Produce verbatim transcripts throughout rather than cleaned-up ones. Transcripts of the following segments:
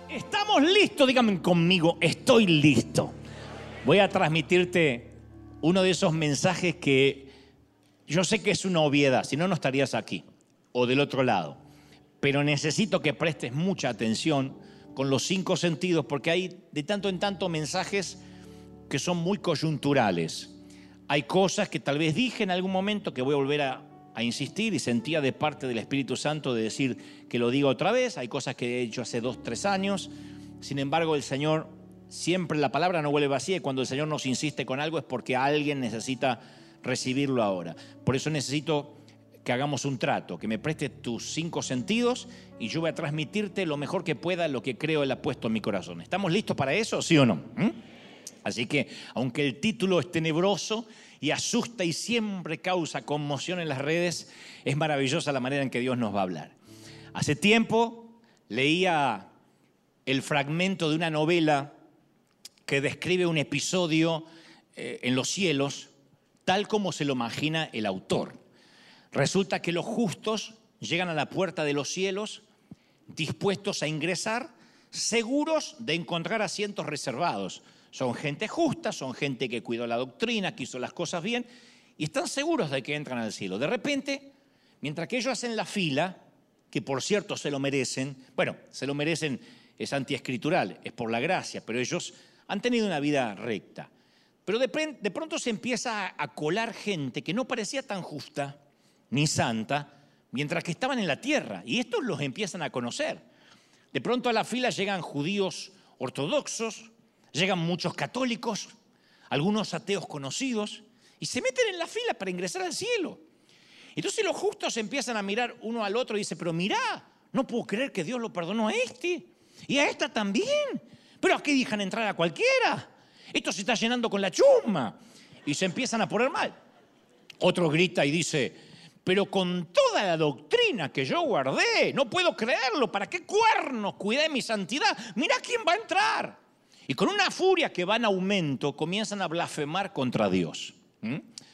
Estamos listos, díganme conmigo, estoy listo. Voy a transmitirte uno de esos mensajes que yo sé que es una obviedad, si no, no estarías aquí o del otro lado. Pero necesito que prestes mucha atención con los cinco sentidos, porque hay de tanto en tanto mensajes que son muy coyunturales. Hay cosas que tal vez dije en algún momento que voy a volver a, a insistir y sentía de parte del Espíritu Santo de decir que lo diga otra vez. Hay cosas que he hecho hace dos, tres años. Sin embargo, el Señor, siempre la palabra no vuelve vacía, y cuando el Señor nos insiste con algo es porque alguien necesita recibirlo ahora. Por eso necesito que hagamos un trato, que me prestes tus cinco sentidos y yo voy a transmitirte lo mejor que pueda lo que creo Él ha puesto en mi corazón. ¿Estamos listos para eso, sí o no? ¿Mm? Así que, aunque el título es tenebroso y asusta y siempre causa conmoción en las redes, es maravillosa la manera en que Dios nos va a hablar. Hace tiempo leía el fragmento de una novela que describe un episodio eh, en los cielos, tal como se lo imagina el autor. Resulta que los justos llegan a la puerta de los cielos dispuestos a ingresar, seguros de encontrar asientos reservados. Son gente justa, son gente que cuidó la doctrina, que hizo las cosas bien y están seguros de que entran al cielo. De repente, mientras que ellos hacen la fila, que por cierto se lo merecen, bueno, se lo merecen, es antiescritural, es por la gracia, pero ellos han tenido una vida recta. Pero de, de pronto se empieza a, a colar gente que no parecía tan justa ni santa, mientras que estaban en la tierra, y estos los empiezan a conocer. De pronto a la fila llegan judíos ortodoxos, llegan muchos católicos, algunos ateos conocidos, y se meten en la fila para ingresar al cielo. Entonces los justos empiezan a mirar uno al otro y dicen, pero mirá, no puedo creer que Dios lo perdonó a este, y a esta también, pero aquí dejan entrar a cualquiera, esto se está llenando con la chusma, y se empiezan a poner mal. Otro grita y dice, pero con toda la doctrina que yo guardé, no puedo creerlo, ¿para qué cuernos cuidé mi santidad? Mirá quién va a entrar. Y con una furia que va en aumento, comienzan a blasfemar contra Dios. ¿Mm?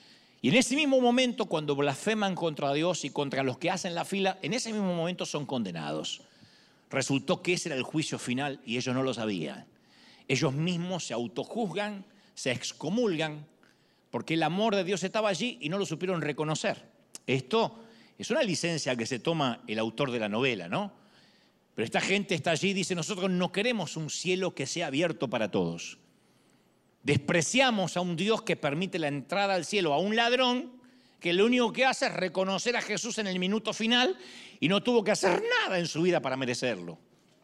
Y en ese mismo momento, cuando blasfeman contra Dios y contra los que hacen la fila, en ese mismo momento son condenados. Resultó que ese era el juicio final y ellos no lo sabían. Ellos mismos se autojuzgan, se excomulgan, porque el amor de Dios estaba allí y no lo supieron reconocer. Esto es una licencia que se toma el autor de la novela, ¿no? Pero esta gente está allí y dice, nosotros no queremos un cielo que sea abierto para todos. Despreciamos a un Dios que permite la entrada al cielo a un ladrón que lo único que hace es reconocer a Jesús en el minuto final y no tuvo que hacer nada en su vida para merecerlo.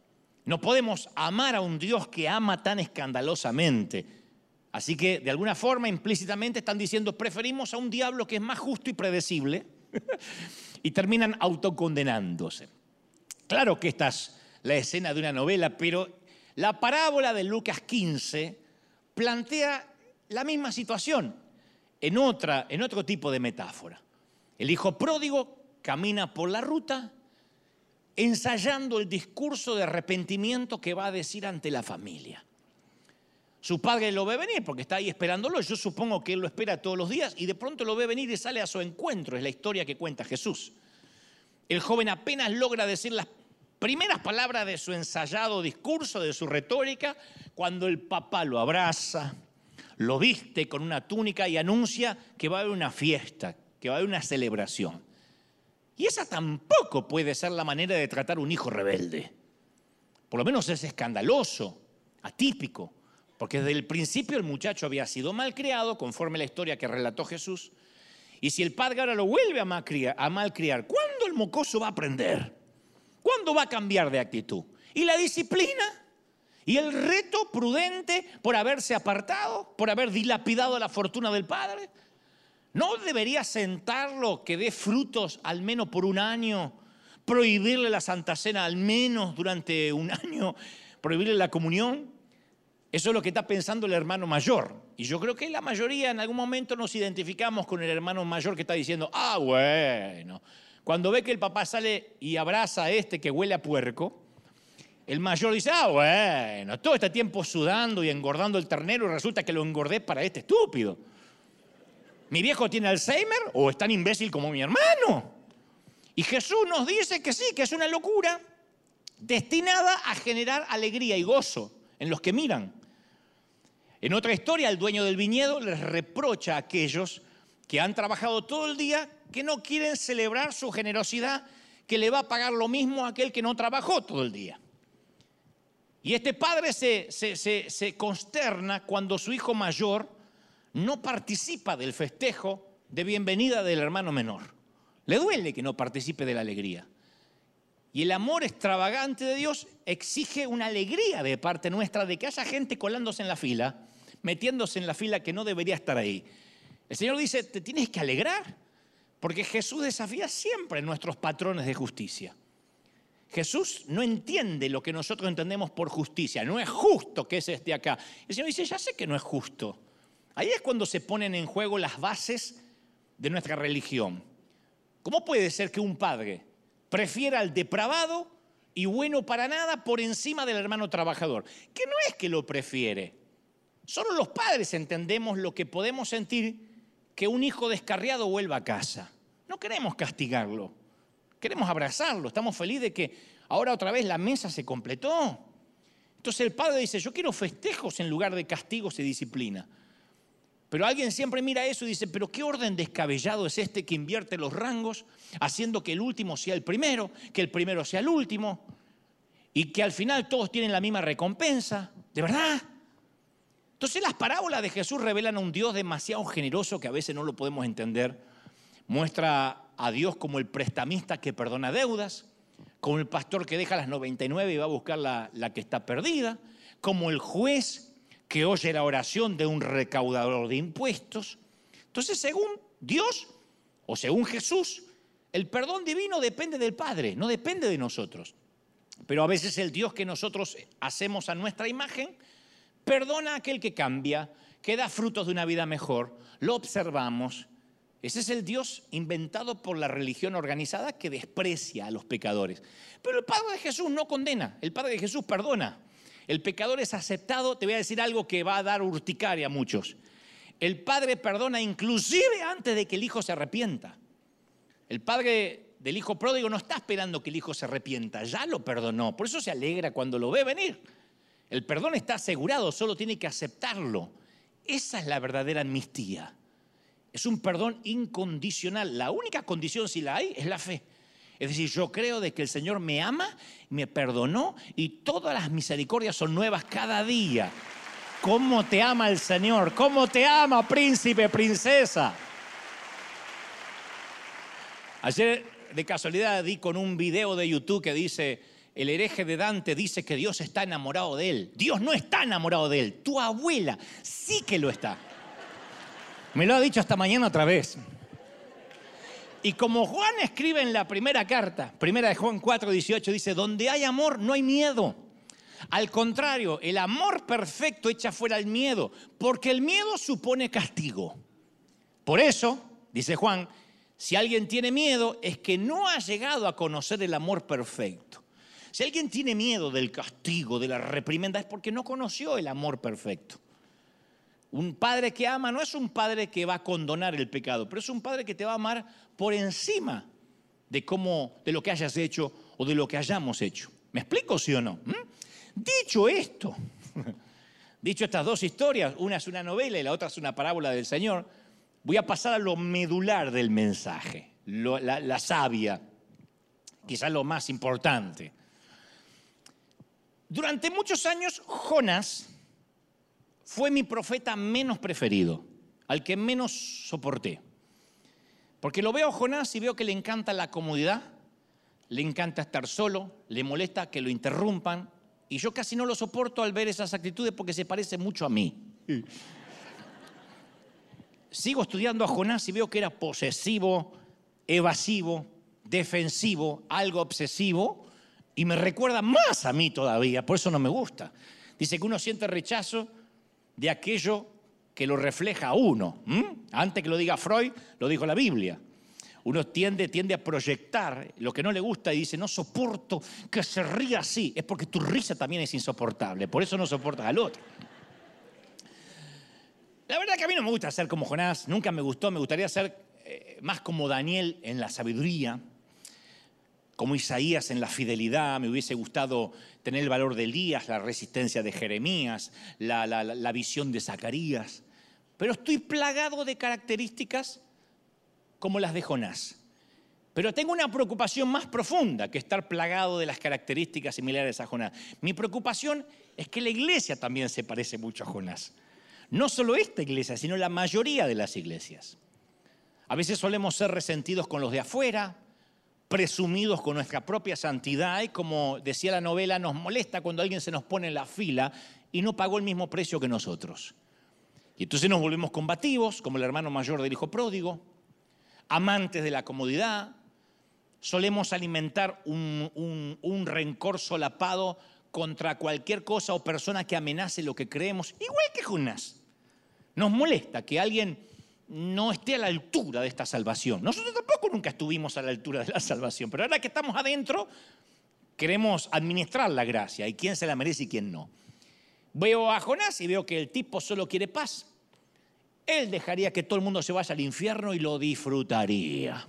No podemos amar a un Dios que ama tan escandalosamente. Así que, de alguna forma, implícitamente están diciendo, preferimos a un diablo que es más justo y predecible, y terminan autocondenándose. Claro que esta es la escena de una novela, pero la parábola de Lucas quince plantea la misma situación en, otra, en otro tipo de metáfora. El hijo pródigo camina por la ruta ensayando el discurso de arrepentimiento que va a decir ante la familia. Su padre lo ve venir porque está ahí esperándolo. Yo supongo que él lo espera todos los días y de pronto lo ve venir y sale a su encuentro. Es la historia que cuenta Jesús. El joven apenas logra decir las primeras palabras de su ensayado discurso, de su retórica, cuando el papá lo abraza, lo viste con una túnica y anuncia que va a haber una fiesta, que va a haber una celebración. Y esa tampoco puede ser la manera de tratar a un hijo rebelde. Por lo menos es escandaloso, atípico. Porque desde el principio el muchacho había sido malcriado, conforme a la historia que relató Jesús. Y si el padre ahora lo vuelve a malcriar, a malcriar, ¿cuándo el mocoso va a aprender? ¿Cuándo va a cambiar de actitud? ¿Y la disciplina? ¿Y el reto prudente por haberse apartado? ¿Por haber dilapidado la fortuna del padre? ¿No debería sentarlo que dé frutos al menos por un año? ¿Prohibirle la Santa Cena al menos durante un año? ¿Prohibirle la comunión? Eso es lo que está pensando el hermano mayor. Y yo creo que la mayoría en algún momento nos identificamos con el hermano mayor que está diciendo, ah, bueno. Cuando ve que el papá sale y abraza a este que huele a puerco, el mayor dice, ah, bueno, todo este tiempo sudando y engordando el ternero y resulta que lo engordé para este estúpido. ¿Mi viejo tiene Alzheimer o es tan imbécil como mi hermano? Y Jesús nos dice que sí, que es una locura. destinada a generar alegría y gozo en los que miran. En otra historia, el dueño del viñedo les reprocha a aquellos que han trabajado todo el día que no quieren celebrar su generosidad, que le va a pagar lo mismo a aquel que no trabajó todo el día. Y este padre se, se, se, se consterna cuando su hijo mayor no participa del festejo de bienvenida del hermano menor. Le duele que no participe de la alegría. Y el amor extravagante de Dios exige una alegría de parte nuestra de que haya gente colándose en la fila, metiéndose en la fila que no debería estar ahí. El Señor dice, te tienes que alegrar, porque Jesús desafía siempre nuestros patrones de justicia. Jesús no entiende lo que nosotros entendemos por justicia. No es justo que ese esté acá. El Señor dice, ya sé que no es justo. Ahí es cuando se ponen en juego las bases de nuestra religión. ¿Cómo puede ser que un padre prefiera al depravado y bueno para nada por encima del hermano trabajador? Que no es que lo prefiere. Solo los padres entendemos lo que podemos sentir que un hijo descarriado vuelva a casa. No queremos castigarlo, queremos abrazarlo. Estamos felices de que ahora otra vez la mesa se completó. Entonces el padre dice, yo quiero festejos en lugar de castigos y disciplina. Pero alguien siempre mira eso y dice, pero qué orden descabellado es este que invierte los rangos, haciendo que el último sea el primero, que el primero sea el último, y que al final todos tienen la misma recompensa. ¿De verdad? Entonces las parábolas de Jesús revelan a un Dios demasiado generoso que a veces no lo podemos entender. Muestra a Dios como el prestamista que perdona deudas, como el pastor que deja las noventa y nueve y va a buscar la, la que está perdida, como el juez que oye la oración de un recaudador de impuestos. Entonces, según Dios o según Jesús, el perdón divino depende del Padre, no depende de nosotros. Pero a veces el Dios que nosotros hacemos a nuestra imagen perdona a aquel que cambia, que da frutos de una vida mejor, lo observamos. Ese es el Dios inventado por la religión organizada que desprecia a los pecadores. Pero el Padre de Jesús no condena, el Padre de Jesús perdona. El pecador es aceptado, te voy a decir algo que va a dar urticaria a muchos. El Padre perdona inclusive antes de que el Hijo se arrepienta. El Padre del Hijo pródigo no está esperando que el Hijo se arrepienta, ya lo perdonó. Por eso se alegra cuando lo ve venir. El perdón está asegurado, solo tiene que aceptarlo. Esa es la verdadera amnistía. Es un perdón incondicional. La única condición, si la hay, es la fe. Es decir, yo creo de que el Señor me ama, me perdonó y todas las misericordias son nuevas cada día. ¿Cómo te ama el Señor? ¿Cómo te ama, príncipe, princesa? Ayer, de casualidad, di con un video de YouTube que dice, el hereje de Dante dice que Dios está enamorado de él. Dios no está enamorado de él. Tu abuela sí que lo está. Me lo ha dicho esta mañana otra vez. Y como Juan escribe en la primera carta, primera de Juan cuatro, dieciocho, dice, donde hay amor no hay miedo. Al contrario, el amor perfecto echa fuera el miedo, porque el miedo supone castigo. Por eso, dice Juan, si alguien tiene miedo es que no ha llegado a conocer el amor perfecto. Si alguien tiene miedo del castigo, de la reprimenda, es porque no conoció el amor perfecto. Un padre que ama no es un padre que va a condonar el pecado, pero es un padre que te va a amar por encima de cómo, de lo que hayas hecho o de lo que hayamos hecho. ¿Me explico, sí o no? ¿Mm? Dicho esto, dicho estas dos historias, una es una novela y la otra es una parábola del Señor, voy a pasar a lo medular del mensaje, lo, la, la savia, quizás lo más importante. Durante muchos años, Jonás fue mi profeta menos preferido, al que menos soporté. Porque lo veo a Jonás y veo que le encanta la comodidad, le encanta estar solo, le molesta que lo interrumpan, y yo casi no lo soporto al ver esas actitudes porque se parece mucho a mí. Sigo estudiando a Jonás y veo que era posesivo, evasivo, defensivo, algo obsesivo, y me recuerda más a mí todavía, por eso no me gusta. Dice que uno siente rechazo de aquello que lo refleja a uno. ¿Mm? Antes que lo diga Freud, lo dijo la Biblia. Uno tiende, tiende a proyectar lo que no le gusta y dice, no soporto que se ría así. Es porque tu risa también es insoportable, por eso no soportas al otro. La verdad que a mí no me gusta ser como Jonás, nunca me gustó, me gustaría ser eh, más como Daniel en la sabiduría. como Isaías en la fidelidad, me hubiese gustado tener el valor de Elías, la resistencia de Jeremías, la, la, la visión de Zacarías. Pero estoy plagado de características como las de Jonás. Pero tengo una preocupación más profunda que estar plagado de las características similares a Jonás. Mi preocupación es que la iglesia también se parece mucho a Jonás. No solo esta iglesia, sino la mayoría de las iglesias. A veces solemos ser resentidos con los de afuera, presumidos con nuestra propia santidad, y como decía la novela, nos molesta cuando alguien se nos pone en la fila y no pagó el mismo precio que nosotros. Y entonces nos volvemos combativos, como el hermano mayor del hijo pródigo, amantes de la comodidad. Solemos alimentar un, un, un rencor solapado contra cualquier cosa o persona que amenace lo que creemos, igual que Jonás. Nos molesta que alguien no esté a la altura de esta salvación. Nosotros tampoco nunca estuvimos a la altura de la salvación, pero ahora que estamos adentro, queremos administrar la gracia y quién se la merece y quién no. Veo a Jonás y veo que el tipo solo quiere paz. Él dejaría que todo el mundo se vaya al infierno y lo disfrutaría.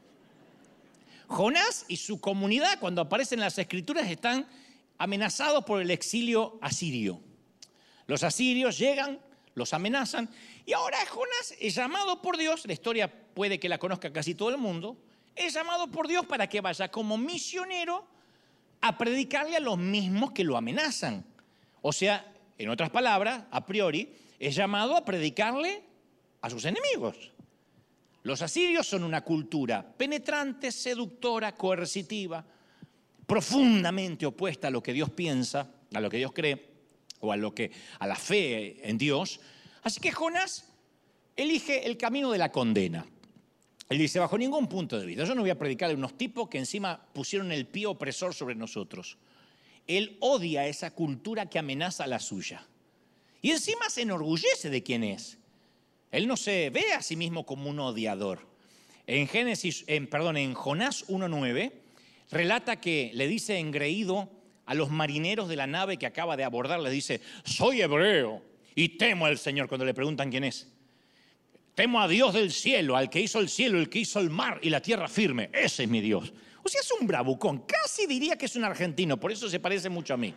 Jonás y su comunidad, cuando aparecen en las Escrituras, están amenazados por el exilio asirio. Los asirios llegan, los amenazan, y ahora Jonás es llamado por Dios, la historia puede que la conozca casi todo el mundo, es llamado por Dios para que vaya como misionero a predicarle a los mismos que lo amenazan. O sea, en otras palabras, a priori, es llamado a predicarle a sus enemigos. Los asirios son una cultura penetrante, seductora, coercitiva, profundamente opuesta a lo que Dios piensa, a lo que Dios cree, o a, lo que, a la fe en Dios. Así que Jonás elige el camino de la condena. Él dice, bajo ningún punto de vista, yo no voy a predicarle a unos tipos que encima pusieron el pie opresor sobre nosotros. Él odia esa cultura que amenaza a la suya. Y encima se enorgullece de quién es. Él no se ve a sí mismo como un odiador. En Génesis, en, perdón, en Jonás uno nueve, relata que le dice engreído a los marineros de la nave que acaba de abordar, les dice, soy hebreo y temo al Señor. Cuando le preguntan quién es, temo a Dios del cielo, al que hizo el cielo, el que hizo el mar y la tierra firme. Ese es mi Dios. O sea, es un bravucón. Casi diría que es un argentino, por eso se parece mucho a mí.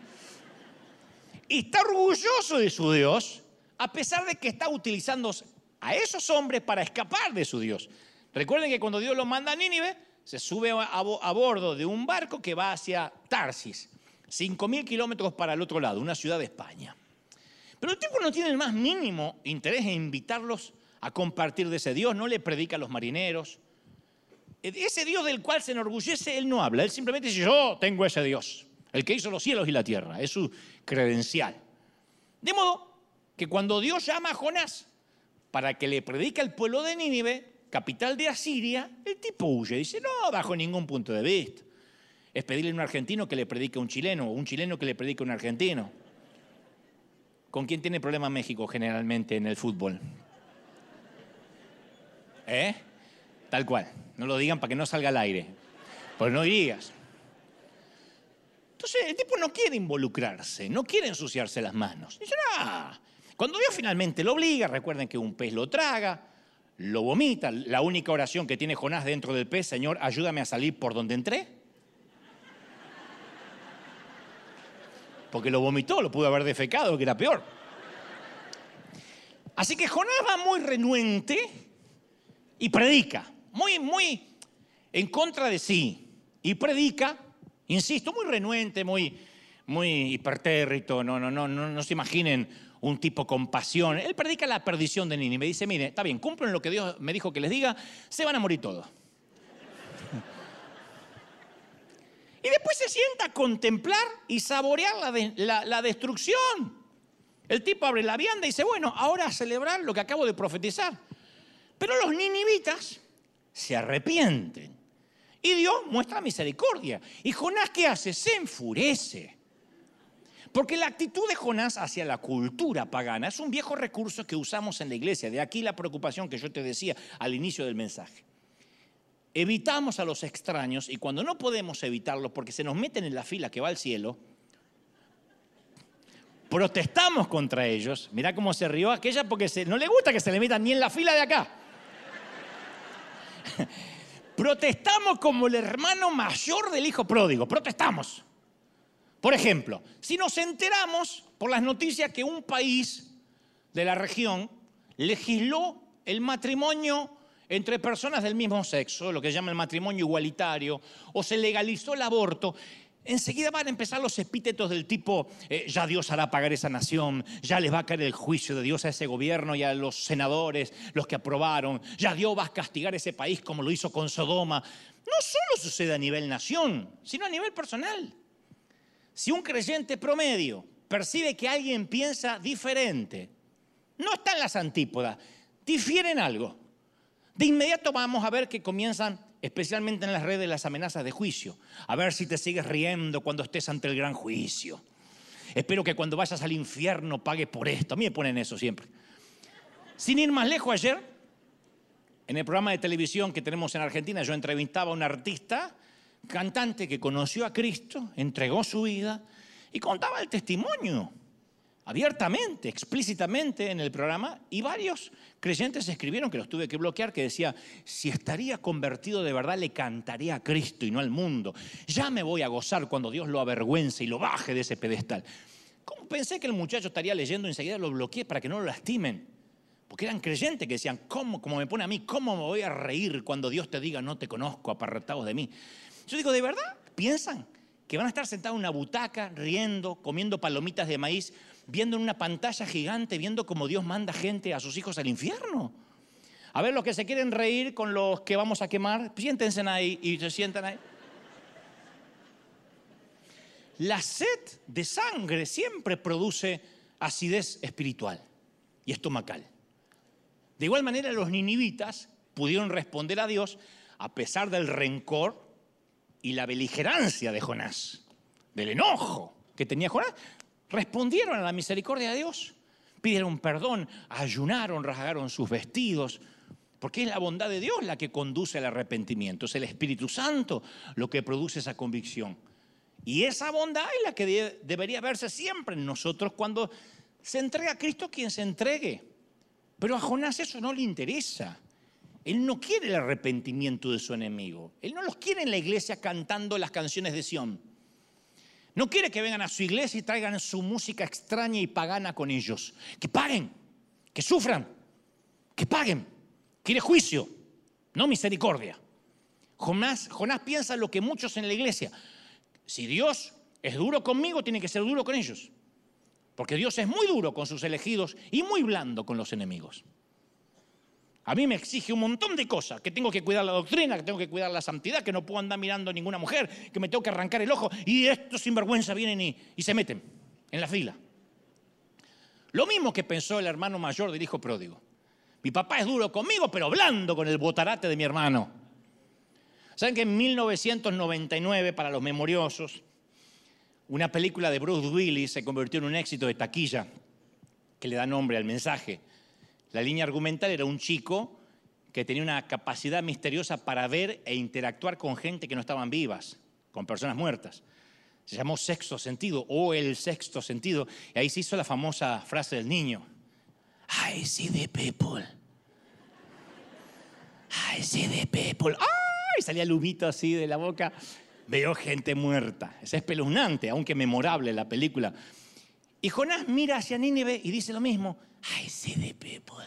Y está orgulloso de su Dios, a pesar de que está utilizando a esos hombres para escapar de su Dios. Recuerden que cuando Dios los manda a Nínive, se sube a, a, a bordo de un barco que va hacia Tarsis, cinco mil kilómetros para el otro lado, una ciudad de España. Pero el tipo no tiene el más mínimo interés en invitarlos a compartir de ese Dios, no le predica a los marineros. Ese Dios del cual se enorgullece, él no habla, él simplemente dice, yo tengo ese Dios, el que hizo los cielos y la tierra, es su credencial. De modo que cuando Dios llama a Jonás para que le predique al pueblo de Nínive, capital de Asiria, el tipo huye, dice, no, bajo ningún punto de vista. Es pedirle a un argentino que le predique a un chileno, o un chileno que le predique a un argentino. ¿Con quién tiene problema México generalmente en el fútbol? ¿Eh? Tal cual. No lo digan para que no salga al aire. Pues no digas. Entonces el tipo no quiere involucrarse, no quiere ensuciarse las manos. Dice, ah. Cuando Dios finalmente lo obliga, recuerden que un pez lo traga, lo vomita. La única oración que tiene Jonás dentro del pez, Señor, ayúdame a salir por donde entré. Porque lo vomitó, lo pudo haber defecado, que era peor. Así que Jonás va muy renuente y predica, muy, muy en contra de sí. Y predica, insisto, muy renuente, muy, muy hipertérrito, no, no, no, no, no se imaginen un tipo con pasión. Él predica la perdición de Nínive. Dice, mire, está bien, cumplen lo que Dios me dijo que les diga, se van a morir todos. Y después se sienta a contemplar y saborear la, de, la, la destrucción. El tipo abre la vianda y dice, bueno, ahora a celebrar lo que acabo de profetizar. Pero los ninivitas se arrepienten. Y Dios muestra misericordia. ¿Y Jonás qué hace? Se enfurece. Porque la actitud de Jonás hacia la cultura pagana es un viejo recurso que usamos en la iglesia. De aquí la preocupación que yo te decía al inicio del mensaje. Evitamos a los extraños y cuando no podemos evitarlos porque se nos meten en la fila que va al cielo, protestamos contra ellos. Mirá cómo se rió aquella porque se, no le gusta que se le metan ni en la fila de acá. Protestamos como el hermano mayor del hijo pródigo. Protestamos. Por ejemplo, si nos enteramos por las noticias que un país de la región legisló el matrimonio entre personas del mismo sexo, lo que se llama el matrimonio igualitario, o se legalizó el aborto, enseguida van a empezar los epítetos del tipo, eh, ya Dios hará pagar esa nación, ya les va a caer el juicio de Dios a ese gobierno y a los senadores, los que aprobaron, ya Dios va a castigar ese país como lo hizo con Sodoma. No solo sucede a nivel nación, sino a nivel personal. Si un creyente promedio percibe que alguien piensa diferente, no está en las antípodas, difiere en algo, de inmediato vamos a ver que comienzan, especialmente en las redes, las amenazas de juicio. A ver si te sigues riendo cuando estés ante el gran juicio. Espero que cuando vayas al infierno pagues por esto. A mí me ponen eso siempre. Sin ir más lejos, ayer, en el programa de televisión que tenemos en Argentina, yo entrevistaba a un artista, cantante que conoció a Cristo, entregó su vida y contaba el testimonio abiertamente, explícitamente en el programa, y varios creyentes escribieron, que los tuve que bloquear, que decía, si estaría convertido de verdad le cantaría a Cristo y no al mundo. Ya me voy a gozar cuando Dios lo avergüence y lo baje de ese pedestal. ¿Cómo pensé que el muchacho estaría leyendo? Enseguida lo bloqueé para que no lo lastimen. Porque eran creyentes que decían, ¿cómo, como me pone a mí, cómo me voy a reír cuando Dios te diga no te conozco, apartados de mí? Yo digo, ¿de verdad piensan que van a estar sentados en una butaca, riendo, comiendo palomitas de maíz, viendo en una pantalla gigante, viendo cómo Dios manda gente a sus hijos al infierno? A ver, los que se quieren reír con los que vamos a quemar, siéntense ahí y se sientan ahí. La sed de sangre siempre produce acidez espiritual y estomacal. De igual manera, los ninivitas pudieron responder a Dios a pesar del rencor y la beligerancia de Jonás, del enojo que tenía Jonás. Respondieron a la misericordia de Dios, pidieron perdón, ayunaron, rasgaron sus vestidos, porque es la bondad de Dios la que conduce al arrepentimiento, es el Espíritu Santo lo que produce esa convicción. Y esa bondad es la que de, debería verse siempre en nosotros cuando se entrega a Cristo quien se entregue. Pero a Jonás eso no le interesa. Él no quiere el arrepentimiento de su enemigo. Él no los quiere en la iglesia cantando las canciones de Sión. No quiere que vengan a su iglesia y traigan su música extraña y pagana con ellos. Que paguen, que sufran, que paguen. Quiere juicio, no misericordia. Jonás, Jonás piensa lo que muchos en la iglesia. Si Dios es duro conmigo, tiene que ser duro con ellos. Porque Dios es muy duro con sus elegidos y muy blando con los enemigos. A mí me exige un montón de cosas, que tengo que cuidar la doctrina, que tengo que cuidar la santidad, que no puedo andar mirando a ninguna mujer, que me tengo que arrancar el ojo, y estos sinvergüenza vienen y, y se meten en la fila. Lo mismo que pensó el hermano mayor del hijo pródigo. Mi papá es duro conmigo, pero blando con el botarate de mi hermano. ¿Saben que en mil novecientos noventa y nueve, para los memoriosos, una película de Bruce Willis se convirtió en un éxito de taquilla que le da nombre al mensaje? La línea argumental era un chico que tenía una capacidad misteriosa para ver e interactuar con gente que no estaban vivas, con personas muertas. Se llamó Sexto Sentido o El Sexto Sentido. Y ahí se hizo la famosa frase del niño. I see the people. I see the people. ¡Ay! Salía el humito así de la boca. Veo gente muerta. Es espeluznante, aunque memorable la película. Y Jonás mira hacia Nínive y dice lo mismo. I see the people.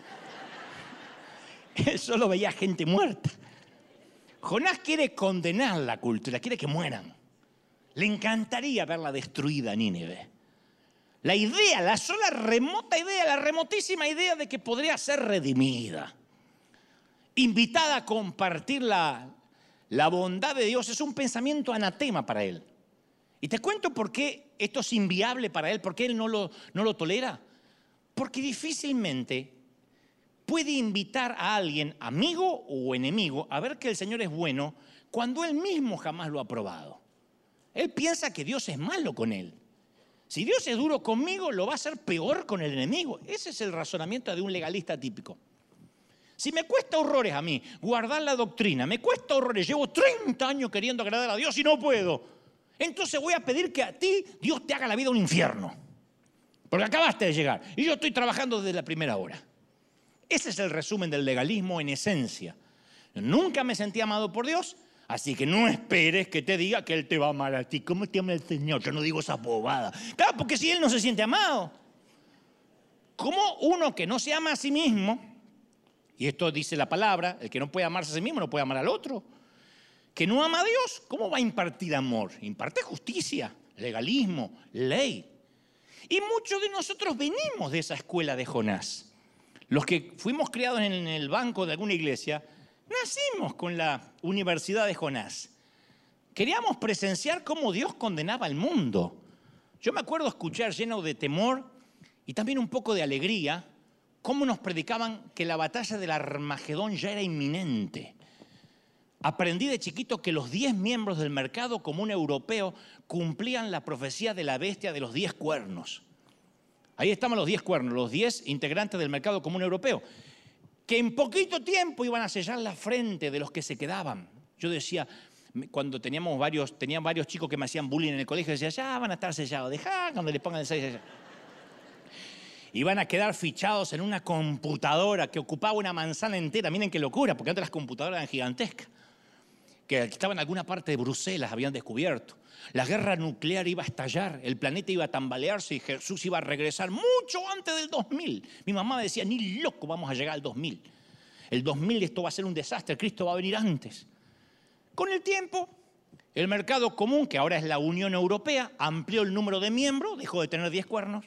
Él solo veía gente muerta. Jonás quiere condenar la cultura, quiere que mueran. Le encantaría verla destruida, Nínive. La idea, la sola remota idea, la remotísima idea de que podría ser redimida, invitada a compartir la, la bondad de Dios, es un pensamiento anatema para él. Y te cuento por qué esto es inviable para él, por qué él no lo, no lo tolera. Porque difícilmente puede invitar a alguien, amigo o enemigo, a ver que el Señor es bueno cuando él mismo jamás lo ha probado. Él piensa que Dios es malo con él. Si Dios es duro conmigo, lo va a hacer peor con el enemigo. Ese es el razonamiento de un legalista típico. Si me cuesta horrores a mí guardar la doctrina, me cuesta horrores, llevo treinta años queriendo agradar a Dios y no puedo, entonces voy a pedir que a ti Dios te haga la vida un infierno. Porque acabaste de llegar y yo estoy trabajando desde la primera hora. Ese es el resumen del legalismo en esencia. Nunca me sentí amado por Dios, así que no esperes que te diga que Él te va a amar a ti. ¿Cómo te ama el Señor? Yo no digo esa bobada. Claro, porque si Él no se siente amado, ¿cómo uno que no se ama a sí mismo, y esto dice la palabra, el que no puede amarse a sí mismo no puede amar al otro, que no ama a Dios, ¿cómo va a impartir amor? Imparte justicia, legalismo, ley. Y muchos de nosotros venimos de esa escuela de Jonás. Los que fuimos criados en el banco de alguna iglesia, nacimos con la Universidad de Jonás. Queríamos presenciar cómo Dios condenaba al mundo. Yo me acuerdo escuchar lleno de temor y también un poco de alegría cómo nos predicaban que la batalla del Armagedón ya era inminente. Aprendí de chiquito que los diez miembros del mercado común europeo cumplían la profecía de la bestia de los diez cuernos. Ahí estaban los diez cuernos, los diez integrantes del mercado común europeo, que en poquito tiempo iban a sellar la frente de los que se quedaban. Yo decía, cuando teníamos varios, tenían varios chicos que me hacían bullying en el colegio, decía, ya van a estar sellados, dejá cuando les pongan el sello. Iban a quedar fichados en una computadora que ocupaba una manzana entera. Miren qué locura, porque antes las computadoras eran gigantescas, que estaban en alguna parte de Bruselas, habían descubierto. La guerra nuclear iba a estallar, el planeta iba a tambalearse y Jesús iba a regresar mucho antes del dos mil. Mi mamá me decía, ni loco vamos a llegar al dos mil. El dos mil esto va a ser un desastre, Cristo va a venir antes. Con el tiempo, el mercado común, que ahora es la Unión Europea, amplió el número de miembros, dejó de tener diez cuernos.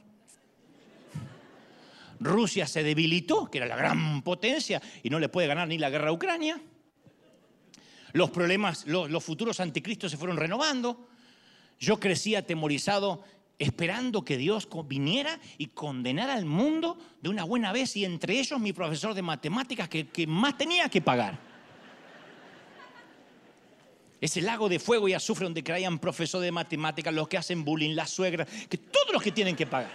Rusia se debilitó, que era la gran potencia, y no le puede ganar ni la guerra a Ucrania. Los problemas, los, los futuros anticristos se fueron renovando. Yo crecí atemorizado esperando que Dios viniera y condenara al mundo de una buena vez, y entre ellos mi profesor de matemáticas que, que más tenía que pagar. Ese lago de fuego y azufre donde caían profesores de matemáticas, los que hacen bullying, las suegras, que todos los que tienen que pagar.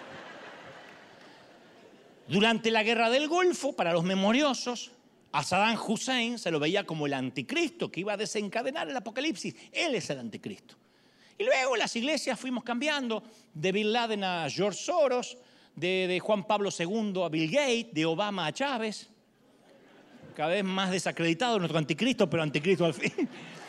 Durante la guerra del Golfo, para los memoriosos, a Saddam Hussein se lo veía como el anticristo que iba a desencadenar el apocalipsis. Él es el anticristo. Y luego las iglesias fuimos cambiando, de Bin Laden a George Soros, de, de Juan Pablo segundo a Bill Gates, de Obama a Chávez. Cada vez más desacreditado nuestro anticristo, pero anticristo al fin.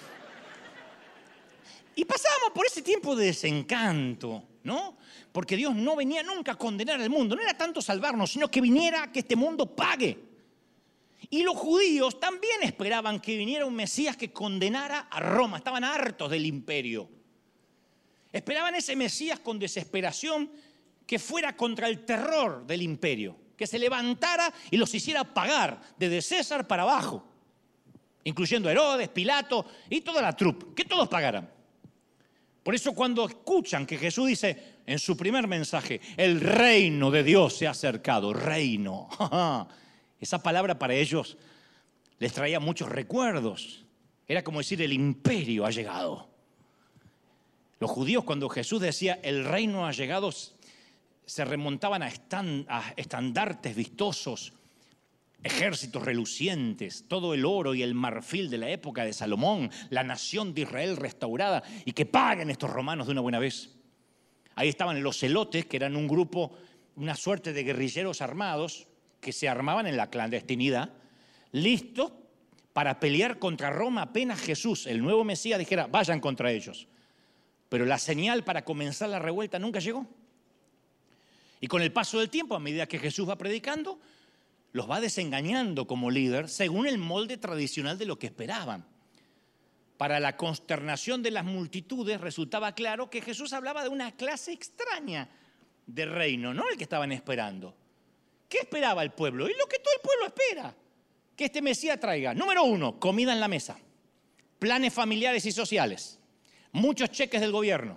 Y pasábamos por ese tiempo de desencanto, ¿no? Porque Dios no venía nunca a condenar al mundo. No era tanto salvarnos, sino que viniera a que este mundo pague. Y los judíos también esperaban que viniera un Mesías que condenara a Roma. Estaban hartos del imperio. Esperaban ese Mesías con desesperación que fuera contra el terror del imperio, que se levantara y los hiciera pagar desde César para abajo, incluyendo Herodes, Pilato y toda la troupe, que todos pagaran. Por eso cuando escuchan que Jesús dice en su primer mensaje, el reino de Dios se ha acercado, reino, esa palabra para ellos les traía muchos recuerdos. Era como decir, el imperio ha llegado. Los judíos, cuando Jesús decía el reino ha llegado, se remontaban a, estand, a estandartes vistosos, ejércitos relucientes, todo el oro y el marfil de la época de Salomón, la nación de Israel restaurada, y que paguen estos romanos de una buena vez. Ahí estaban los celotes, que eran un grupo, una suerte de guerrilleros armados que se armaban en la clandestinidad, listos para pelear contra Roma apenas Jesús, el nuevo Mesías, dijera, vayan contra ellos. Pero la señal para comenzar la revuelta nunca llegó. Y con el paso del tiempo, a medida que Jesús va predicando, los va desengañando como líder según el molde tradicional de lo que esperaban. Para la consternación de las multitudes resultaba claro que Jesús hablaba de una clase extraña de reino, no el que estaban esperando. ¿Qué esperaba el pueblo? Y lo que todo el pueblo espera, que este Mesías traiga. Número uno, comida en la mesa, planes familiares y sociales, muchos cheques del gobierno,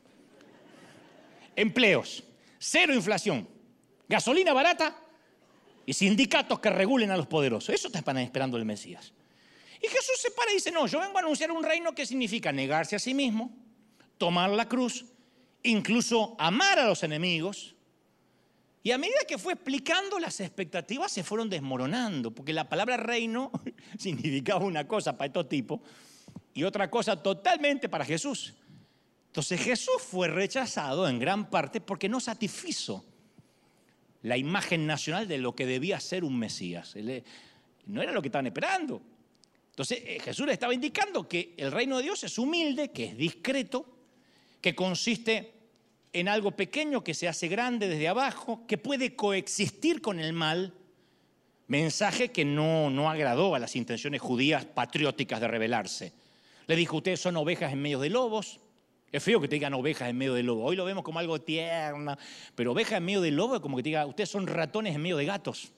empleos, cero inflación, gasolina barata y sindicatos que regulen a los poderosos. Eso están esperando el Mesías. Y Jesús se para y dice, no, yo vengo a anunciar un reino que significa negarse a sí mismo, tomar la cruz, incluso amar a los enemigos. Y a medida que fue explicando, las expectativas se fueron desmoronando, porque la palabra reino significaba una cosa para estos tipos y otra cosa totalmente para Jesús. Entonces Jesús fue rechazado en gran parte porque no satisfizo la imagen nacional de lo que debía ser un Mesías. No era lo que estaban esperando. Entonces Jesús le estaba indicando que el reino de Dios es humilde, que es discreto, que consiste en algo pequeño que se hace grande desde abajo, que puede coexistir con el mal. Mensaje que no, no agradó a las intenciones judías patrióticas de rebelarse. Le dijo, ustedes son ovejas en medio de lobos. Es feo que te digan ovejas en medio de lobo. Hoy lo vemos como algo tierno, pero ovejas en medio de lobo es como que te diga, ustedes son ratones en medio de gatos.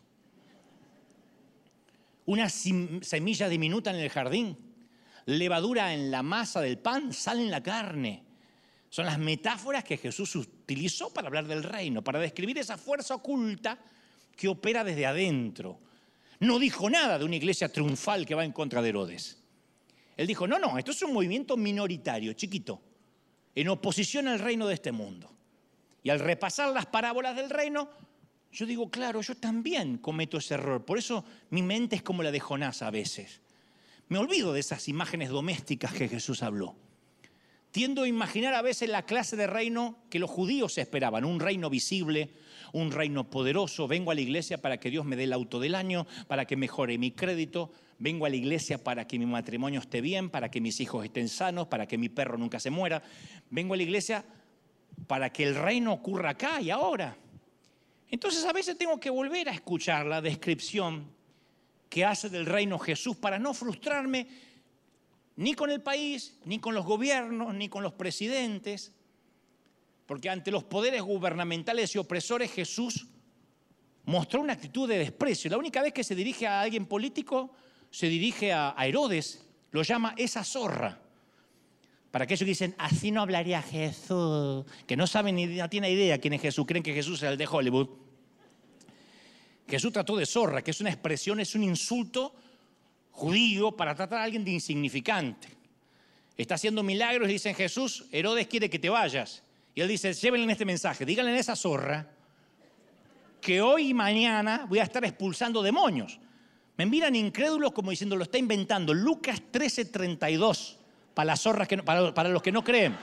Una semilla diminuta en el jardín, levadura en la masa del pan, sal en la carne. Son las metáforas que Jesús utilizó para hablar del reino, para describir esa fuerza oculta que opera desde adentro. No dijo nada de una iglesia triunfal que va en contra de Herodes. Él dijo, no, no, esto es un movimiento minoritario, chiquito, en oposición al reino de este mundo. Y al repasar las parábolas del reino, yo digo, claro, yo también cometo ese error. Por eso mi mente es como la de Jonás a veces. Me olvido de esas imágenes domésticas que Jesús habló. Tiendo a imaginar a veces la clase de reino que los judíos esperaban, un reino visible, un reino poderoso. Vengo a la iglesia para que Dios me dé el auto del año, para que mejore mi crédito. Vengo a la iglesia para que mi matrimonio esté bien, para que mis hijos estén sanos, para que mi perro nunca se muera. Vengo a la iglesia para que el reino ocurra acá y ahora. Entonces a veces tengo que volver a escuchar la descripción que hace del reino Jesús para no frustrarme ni con el país, ni con los gobiernos, ni con los presidentes. Porque ante los poderes gubernamentales y opresores Jesús mostró una actitud de desprecio. La única vez que se dirige a alguien político, se dirige a Herodes, lo llama esa zorra. Para aquellos que dicen, así no hablaría Jesús, que no saben ni no tienen idea quién es Jesús, creen que Jesús es el de Hollywood. Jesús trató de zorra, que es una expresión, es un insulto judío para tratar a alguien de insignificante. Está haciendo milagros y dicen, Jesús, Herodes quiere que te vayas. Y él dice, llévenle este mensaje, díganle a esa zorra que hoy y mañana voy a estar expulsando demonios. Me miran incrédulos como diciendo, lo está inventando. Lucas trece treinta y dos, para las zorras, que no, para, para los que no creen.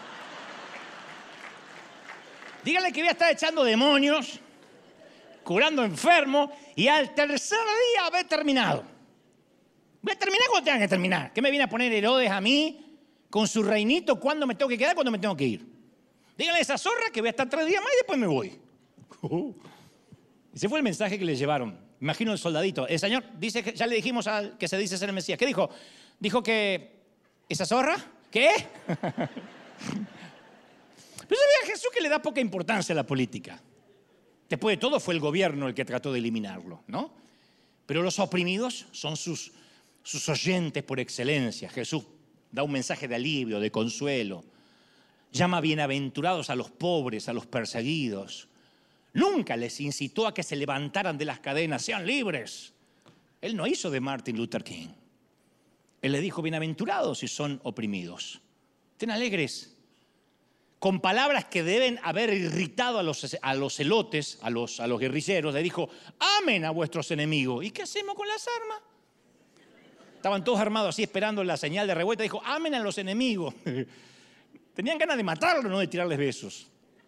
Díganle que voy a estar echando demonios, curando enfermos, y al tercer día haber terminado. Voy a terminar cuando tenga que terminar. ¿Qué me viene a poner Herodes a mí con su reinito? ¿Cuándo me tengo que quedar? ¿Cuándo me tengo que ir? Díganle a esa zorra que voy a estar tres días más y después me voy. Ese fue el mensaje que le llevaron. Imagino el soldadito. El Señor dice que ya le dijimos al que se dice ser el Mesías. ¿Qué dijo? Dijo que esa zorra, ¿qué? Pero sabía Jesús que le da poca importancia a la política. Después de todo fue el gobierno el que trató de eliminarlo, ¿no? Pero los oprimidos son sus, sus oyentes por excelencia. Jesús da un mensaje de alivio, de consuelo. Llama bienaventurados a los pobres, a los perseguidos. Nunca les incitó a que se levantaran de las cadenas, sean libres. Él no hizo de Martin Luther King. Él les dijo, bienaventurados si son oprimidos. Estén alegres. Con palabras que deben haber irritado a los, a los celotes, a los, a los guerrilleros, le dijo, amen a vuestros enemigos. ¿Y qué hacemos con las armas? Estaban todos armados así esperando la señal de revuelta. Dijo, amen a los enemigos. Tenían ganas de matarlo, no de tirarles besos.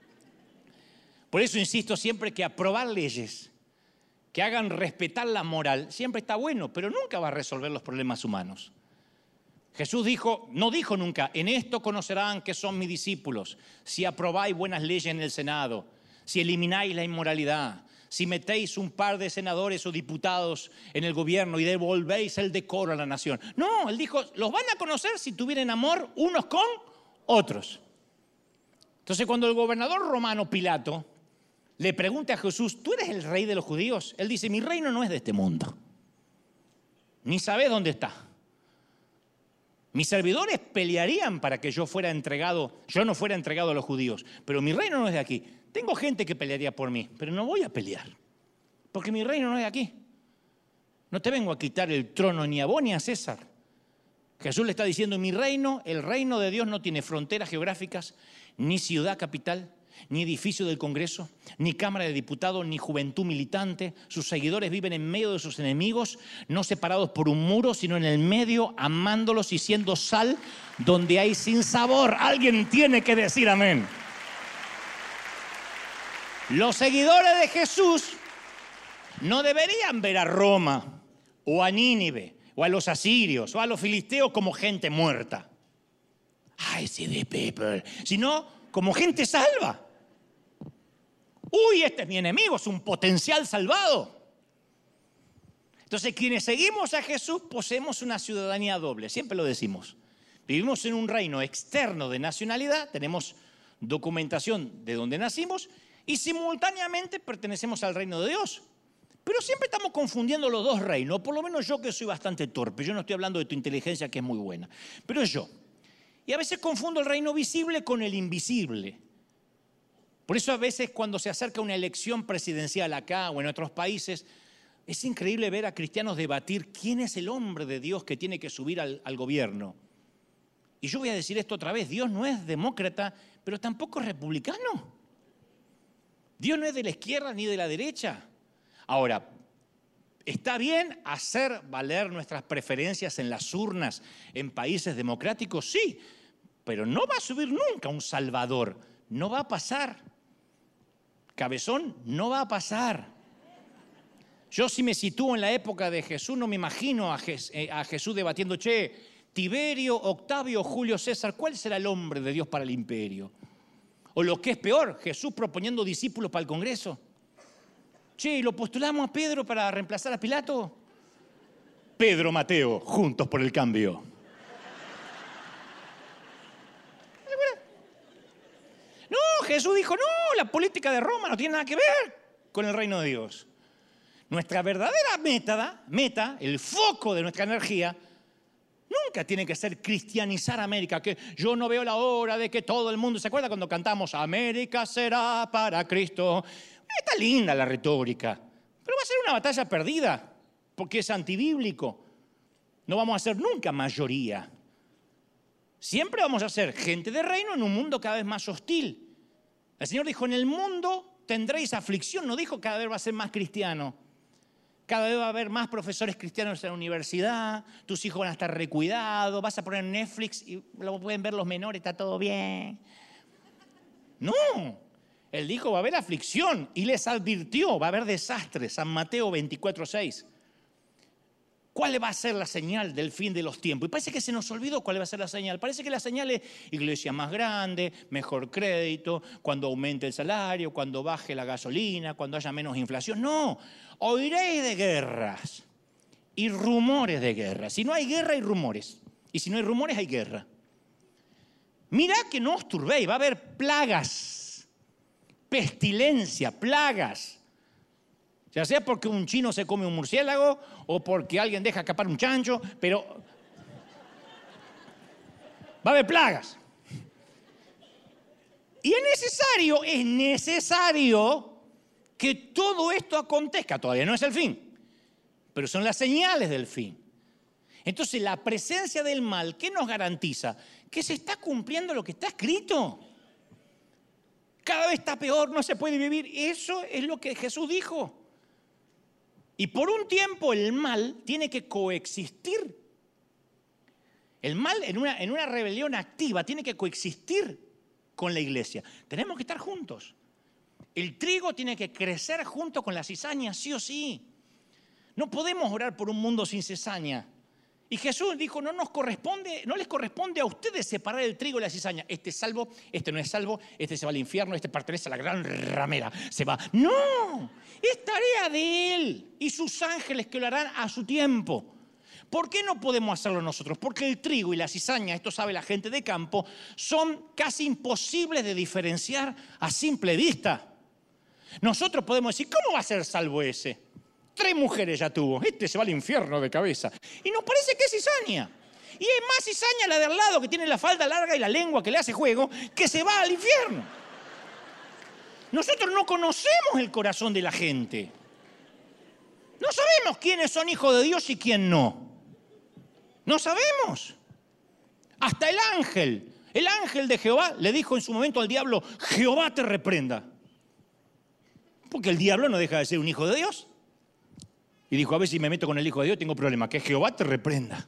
Por eso insisto siempre que aprobar leyes que hagan respetar la moral siempre está bueno, pero nunca va a resolver los problemas humanos. Jesús dijo, no dijo nunca, en esto conocerán que son mis discípulos, si aprobáis buenas leyes en el Senado, si elimináis la inmoralidad, si metéis un par de senadores o diputados en el gobierno y devolvéis el decoro a la nación. No, él dijo, los van a conocer si tuvieran amor unos con otros. Entonces cuando el gobernador romano Pilato le pregunta a Jesús, ¿tú eres el rey de los judíos? Él dice, mi reino no es de este mundo, ni sabés dónde está. Mis servidores pelearían para que yo fuera entregado, yo no fuera entregado a los judíos, pero mi reino no es de aquí. Tengo gente que pelearía por mí, pero no voy a pelear, porque mi reino no es de aquí. No te vengo a quitar el trono ni a vos ni a César. Jesús le está diciendo, mi reino, el reino de Dios no tiene fronteras geográficas, ni ciudad capital, ni edificio del Congreso, ni Cámara de Diputados, ni juventud militante. Sus seguidores viven en medio de sus enemigos, no separados por un muro, sino en el medio, amándolos y siendo sal donde hay sinsabor. Alguien tiene que decir amén. Los seguidores de Jesús no deberían ver a Roma o a Nínive o a los asirios, o a los filisteos como gente muerta. I see the people. Sino como gente salva. Uy, este es mi enemigo, es un potencial salvado. Entonces, quienes seguimos a Jesús poseemos una ciudadanía doble, siempre lo decimos. Vivimos en un reino externo de nacionalidad, tenemos documentación de donde nacimos y simultáneamente pertenecemos al reino de Dios. Pero siempre estamos confundiendo los dos reinos, por lo menos yo que soy bastante torpe. Yo no estoy hablando de tu inteligencia que es muy buena, pero yo. Y a veces confundo el reino visible con el invisible. Por eso a veces cuando se acerca una elección presidencial acá o en otros países, es increíble ver a cristianos debatir quién es el hombre de Dios que tiene que subir al, al gobierno. Y yo voy a decir esto otra vez, Dios no es demócrata, pero tampoco es republicano. Dios no es de la izquierda ni de la derecha. Ahora, ¿está bien hacer valer nuestras preferencias en las urnas en países democráticos? Sí, pero no va a subir nunca un salvador, no va a pasar. Cabezón, no va a pasar. Yo si me sitúo en la época de Jesús, no me imagino a, Jes- eh, a Jesús debatiendo, che, Tiberio, Octavio, Julio César, ¿cuál será el hombre de Dios para el imperio? O lo que es peor, Jesús proponiendo discípulos para el Congreso. Che, ¿y lo postulamos a Pedro para reemplazar a Pilato? Pedro, Mateo, juntos por el cambio. No, Jesús dijo, no, la política de Roma no tiene nada que ver con el reino de Dios. Nuestra verdadera meta, meta, el foco de nuestra energía, nunca tiene que ser cristianizar América, que yo no veo la hora de que todo el mundo, ¿se acuerda cuando cantamos América será para Cristo? Está linda la retórica, pero va a ser una batalla perdida, porque es antibíblico. No vamos a ser nunca mayoría. Siempre vamos a ser gente de reino en un mundo cada vez más hostil. El Señor dijo, en el mundo tendréis aflicción, no dijo cada vez va a ser más cristiano. Cada vez va a haber más profesores cristianos en la universidad, tus hijos van a estar recuidados, vas a poner Netflix y lo pueden ver los menores, está todo bien. No, Él dijo va a haber aflicción y les advirtió, va a haber desastre. San Mateo veinticuatro seis. ¿Cuál va a ser la señal del fin de los tiempos? Y parece que se nos olvidó cuál va a ser la señal. Parece que la señal es iglesia más grande, mejor crédito, cuando aumente el salario, cuando baje la gasolina, cuando haya menos inflación. No, oiréis de guerras y rumores de guerra. Si no hay guerra, hay rumores. Y si no hay rumores, hay guerra. Mirad que no os turbéis, va a haber plagas, pestilencia, plagas. Ya sea porque un chino se come un murciélago o porque alguien deja escapar un chancho, pero va a haber plagas. Y es necesario, es necesario que todo esto acontezca. Todavía no es el fin, pero son las señales del fin. Entonces, la presencia del mal, ¿qué nos garantiza? Que se está cumpliendo lo que está escrito. Cada vez está peor, no se puede vivir. Eso es lo que Jesús dijo. Y por un tiempo el mal tiene que coexistir. El mal en una, en una rebelión activa tiene que coexistir con la iglesia. Tenemos que estar juntos. El trigo tiene que crecer junto con la cizaña, sí o sí. No podemos orar por un mundo sin cizaña. Y Jesús dijo, no nos corresponde, no les corresponde a ustedes separar el trigo y la cizaña. Este es salvo, este no es salvo, este se va al infierno, este pertenece a la gran ramera, se va. No, es tarea de Él y sus ángeles que lo harán a su tiempo. ¿Por qué no podemos hacerlo nosotros? Porque el trigo y la cizaña, esto sabe la gente de campo, son casi imposibles de diferenciar a simple vista. Nosotros podemos decir, ¿cómo va a ser salvo ese? Tres mujeres ya tuvo, este se va al infierno de cabeza. Y nos parece que es cizaña. Y es más cizaña la de al lado que tiene la falda larga y la lengua que le hace juego, que se va al infierno. Nosotros no conocemos el corazón de la gente. No sabemos quiénes son hijos de Dios y quién no. No sabemos. Hasta el ángel, el ángel de Jehová le dijo en su momento al diablo, Jehová te reprenda. Porque el diablo no deja de ser un hijo de Dios. Y dijo, a ver si me meto con el Hijo de Dios, tengo problema, que Jehová te reprenda.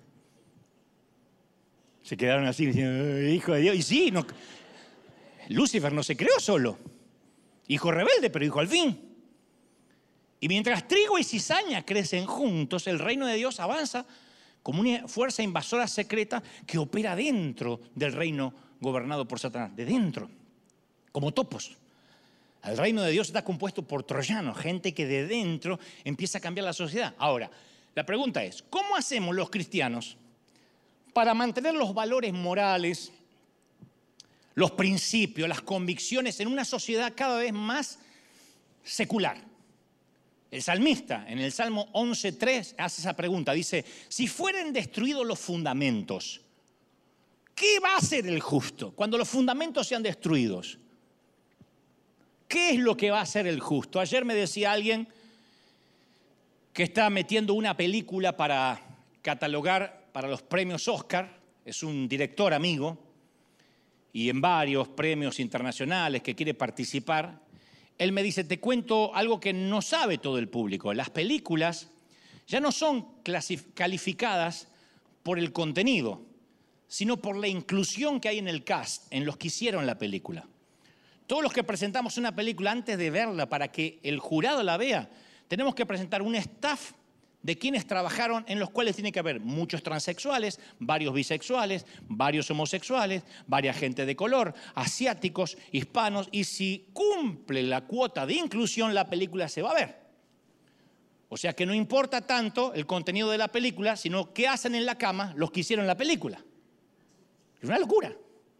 Se quedaron así diciendo, Hijo de Dios. Y sí, no, Lucifer no se creó solo. Hijo rebelde, pero hijo al fin. Y mientras trigo y cizaña crecen juntos, el reino de Dios avanza, como una fuerza invasora secreta que opera dentro del reino gobernado por Satanás, de dentro, como topos. El reino de Dios está compuesto por troyanos, gente que de dentro empieza a cambiar la sociedad. Ahora, la pregunta es, ¿cómo hacemos los cristianos para mantener los valores morales, los principios, las convicciones en una sociedad cada vez más secular? El salmista en el Salmo once tres hace esa pregunta, dice, si fueren destruidos los fundamentos, ¿qué va a hacer el justo cuando los fundamentos sean destruidos? ¿Qué es lo que va a hacer el justo? Ayer me decía alguien que está metiendo una película para catalogar para los premios Oscar, es un director amigo, y en varios premios internacionales que quiere participar. Él me dice, te cuento algo que no sabe todo el público. Las películas ya no son calificadas por el contenido, sino por la inclusión que hay en el cast, en los que hicieron la película. Todos los que presentamos una película antes de verla para que el jurado la vea, tenemos que presentar un staff de quienes trabajaron, en los cuales tiene que haber muchos transexuales, varios bisexuales, varios homosexuales, varias gente de color, asiáticos, hispanos, y si cumple la cuota de inclusión, la película se va a ver. O sea que no importa tanto el contenido de la película, sino qué hacen en la cama los que hicieron la película. Es una locura.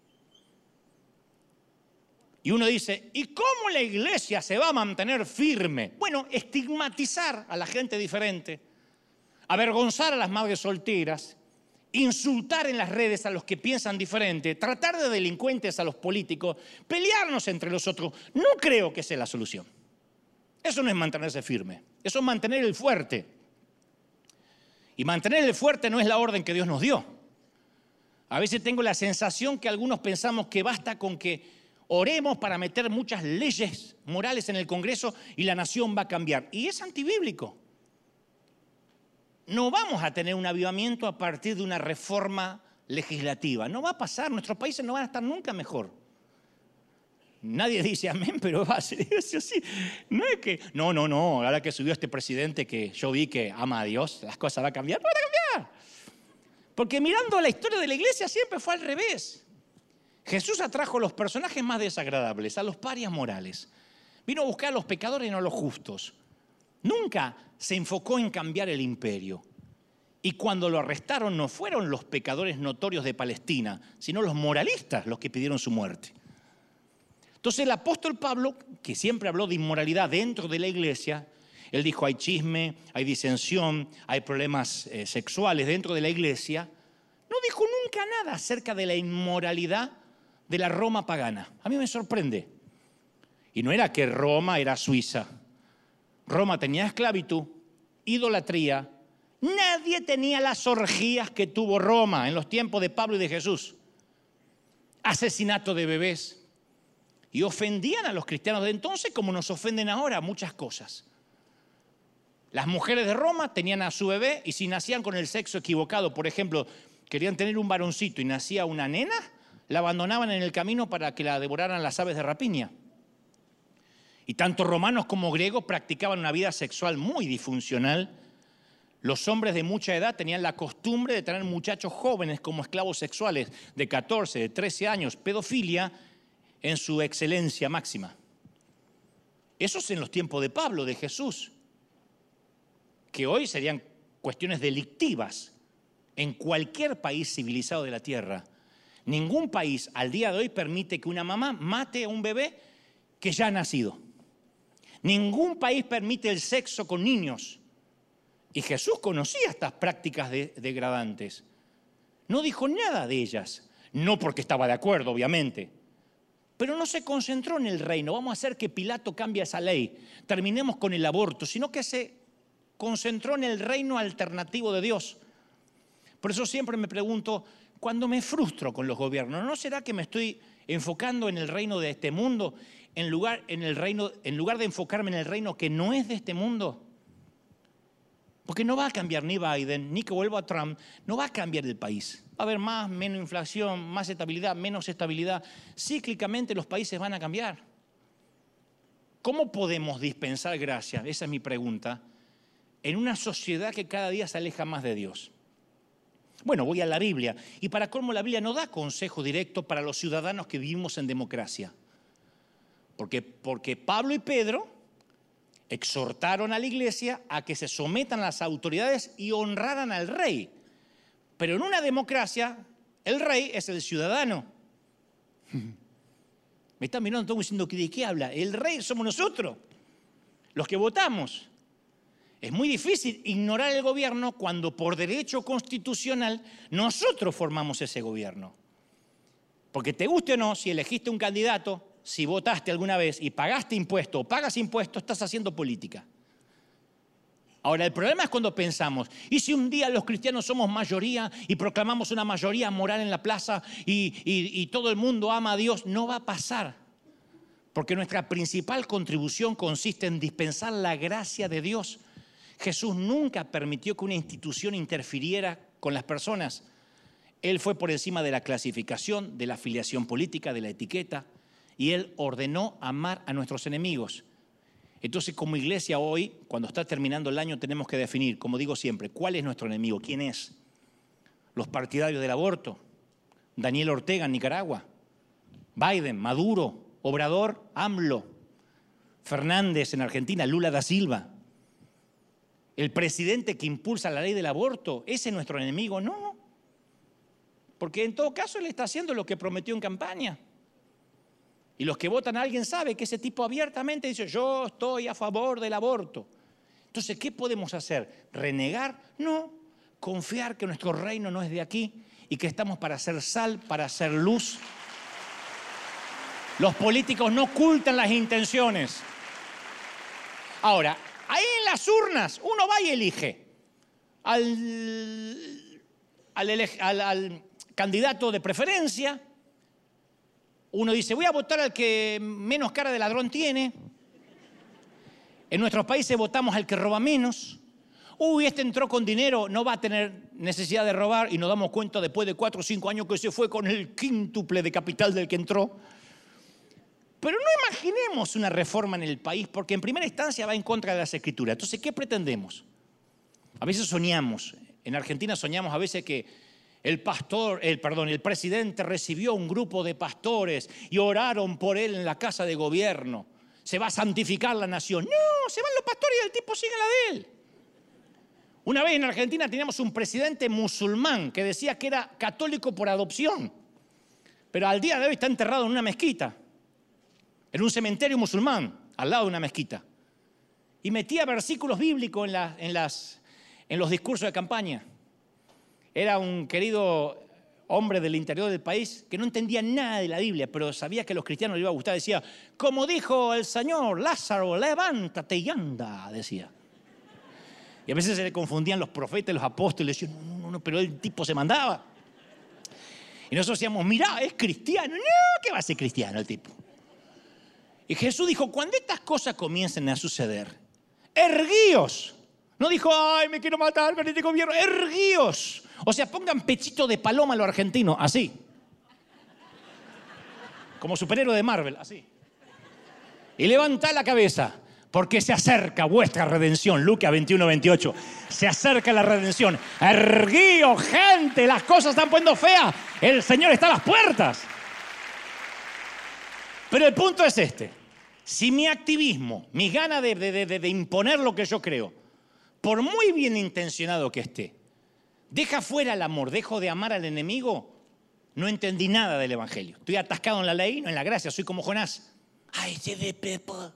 Y uno dice, ¿y cómo la iglesia se va a mantener firme? Bueno, estigmatizar a la gente diferente, avergonzar a las madres solteras, insultar en las redes a los que piensan diferente, tratar de delincuentes a los políticos, pelearnos entre los otros. No creo que sea la solución. Eso no es mantenerse firme, eso es mantener el fuerte. Y mantener el fuerte no es la orden que Dios nos dio. A veces tengo la sensación que algunos pensamos que basta con que oremos para meter muchas leyes morales en el Congreso y la nación va a cambiar. Y es antibíblico. No vamos a tener un avivamiento a partir de una reforma legislativa. No va a pasar, nuestros países no van a estar nunca mejor. Nadie dice amén, pero va a ser eso sí. No es que, no, no, no, ahora que subió este presidente que yo vi que ama a Dios, las cosas van a cambiar. No van a cambiar. Porque mirando la historia de la iglesia siempre fue al revés. Jesús atrajo a los personajes más desagradables, a los parias morales. Vino a buscar a los pecadores y no a los justos. Nunca se enfocó en cambiar el imperio. Y cuando lo arrestaron no fueron los pecadores notorios de Palestina, sino los moralistas los que pidieron su muerte. Entonces el apóstol Pablo, que siempre habló de inmoralidad dentro de la iglesia, él dijo hay chisme, hay disensión, hay problemas eh, sexuales dentro de la iglesia. No dijo nunca nada acerca de la inmoralidad de la Roma pagana. A mí me sorprende. Y no era que Roma era Suiza. Roma tenía esclavitud, idolatría. Nadie tenía las orgías que tuvo Roma en los tiempos de Pablo y de Jesús. Asesinato de bebés. Y ofendían a los cristianos de entonces como nos ofenden ahora muchas cosas. Las mujeres de Roma tenían a su bebé y si nacían con el sexo equivocado, por ejemplo, querían tener un varoncito y nacía una nena, la abandonaban en el camino para que la devoraran las aves de rapiña. Y tanto romanos como griegos practicaban una vida sexual muy disfuncional. Los hombres de mucha edad tenían la costumbre de tener muchachos jóvenes como esclavos sexuales de catorce, de trece años, pedofilia en su excelencia máxima. Eso es en los tiempos de Pablo, de Jesús, que hoy serían cuestiones delictivas en cualquier país civilizado de la tierra. Ningún país al día de hoy permite que una mamá mate a un bebé que ya ha nacido. Ningún país permite el sexo con niños. Y Jesús conocía estas prácticas de, degradantes. No dijo nada de ellas. No porque estaba de acuerdo, obviamente. Pero no se concentró en el reino. Vamos a hacer que Pilato cambie esa ley. Terminemos con el aborto. Sino que se concentró en el reino alternativo de Dios. Por eso siempre me pregunto, cuando me frustro con los gobiernos, ¿no será que me estoy enfocando en el reino de este mundo en lugar, en el reino, en lugar de enfocarme en el reino que no es de este mundo? Porque no va a cambiar ni Biden, ni que vuelva Trump, no va a cambiar el país. Va a haber más, menos inflación, más estabilidad, menos estabilidad. Cíclicamente los países van a cambiar. ¿Cómo podemos dispensar gracia? Esa es mi pregunta. En una sociedad que cada día se aleja más de Dios. Bueno, voy a la Biblia. Y para colmo, la Biblia no da consejo directo para los ciudadanos que vivimos en democracia. Porque, porque Pablo y Pedro exhortaron a la iglesia a que se sometan a las autoridades y honraran al rey. Pero en una democracia, el rey es el ciudadano. Me están mirando todos diciendo, ¿de qué habla? El rey somos nosotros, los que votamos. Es muy difícil ignorar el gobierno cuando por derecho constitucional nosotros formamos ese gobierno. Porque te guste o no, si elegiste un candidato, si votaste alguna vez y pagaste impuestos o pagas impuestos, estás haciendo política. Ahora, el problema es cuando pensamos, ¿y si un día los cristianos somos mayoría y proclamamos una mayoría moral en la plaza y, y, y todo el mundo ama a Dios? No va a pasar. Porque nuestra principal contribución consiste en dispensar la gracia de Dios. Jesús nunca permitió que una institución interfiriera con las personas. Él fue por encima de la clasificación, de la afiliación política, de la etiqueta, y Él ordenó amar a nuestros enemigos. Entonces, como iglesia hoy, cuando está terminando el año, tenemos que definir, como digo siempre, ¿cuál es nuestro enemigo? ¿Quién es? Los partidarios del aborto, Daniel Ortega en Nicaragua, Biden, Maduro, Obrador, AMLO, Fernández en Argentina, Lula da Silva. El presidente que impulsa la ley del aborto, ¿ese es nuestro enemigo? No. Porque en todo caso él está haciendo lo que prometió en campaña. Y los que votan a alguien saben que ese tipo abiertamente dice, yo estoy a favor del aborto. Entonces, ¿qué podemos hacer? ¿Renegar? No. Confiar que nuestro reino no es de aquí y que estamos para hacer sal, para hacer luz. Los políticos no ocultan las intenciones. Ahora, ahí en las urnas uno va y elige al, al, al, al candidato de preferencia. Uno dice, voy a votar al que menos cara de ladrón tiene. En nuestros países votamos al que roba menos. Uy, este entró con dinero, no va a tener necesidad de robar, y nos damos cuenta después de cuatro o cinco años que se fue con el quíntuple de capital del que entró. Pero no imaginemos una reforma en el país, porque en primera instancia va en contra de las Escrituras. Entonces, ¿qué pretendemos? A veces soñamos, en Argentina soñamos a veces que el pastor, el, perdón, el presidente recibió un grupo de pastores y oraron por él en la casa de gobierno. Se va a santificar la nación. No, se van los pastores y el tipo sigue la de él. Una vez en Argentina teníamos un presidente musulmán que decía que era católico por adopción, pero al día de hoy está enterrado en una mezquita, en un cementerio musulmán, al lado de una mezquita. Y metía versículos bíblicos en, la, en, las, en los discursos de campaña. Era un querido hombre del interior del país que no entendía nada de la Biblia, pero sabía que a los cristianos les iba a gustar. Decía, como dijo el Señor, Lázaro, levántate y anda, decía. Y a veces se le confundían los profetas, los apóstoles, y decían, no, no, no, pero el tipo se mandaba. Y nosotros decíamos, mirá, es cristiano. No, ¿qué va a ser cristiano el tipo? Y Jesús dijo, cuando estas cosas comiencen a suceder, erguíos. No dijo, ay, me quiero matar con este gobierno. Erguíos. O sea, pongan pechito de paloma a los argentinos, así. Como superhéroe de Marvel, así. Y levantad la cabeza, porque se acerca vuestra redención. Lucas veintiuno, veintiocho. Se acerca la redención. Erguíos, gente, las cosas están poniendo feas. El Señor está a las puertas. Pero el punto es este. Si mi activismo, mis ganas de, de, de, de imponer lo que yo creo, por muy bien intencionado que esté, deja fuera el amor, dejo de amar al enemigo, no entendí nada del evangelio. Estoy atascado en la ley, no en la gracia, soy como Jonás. Ay, se ve Pepa.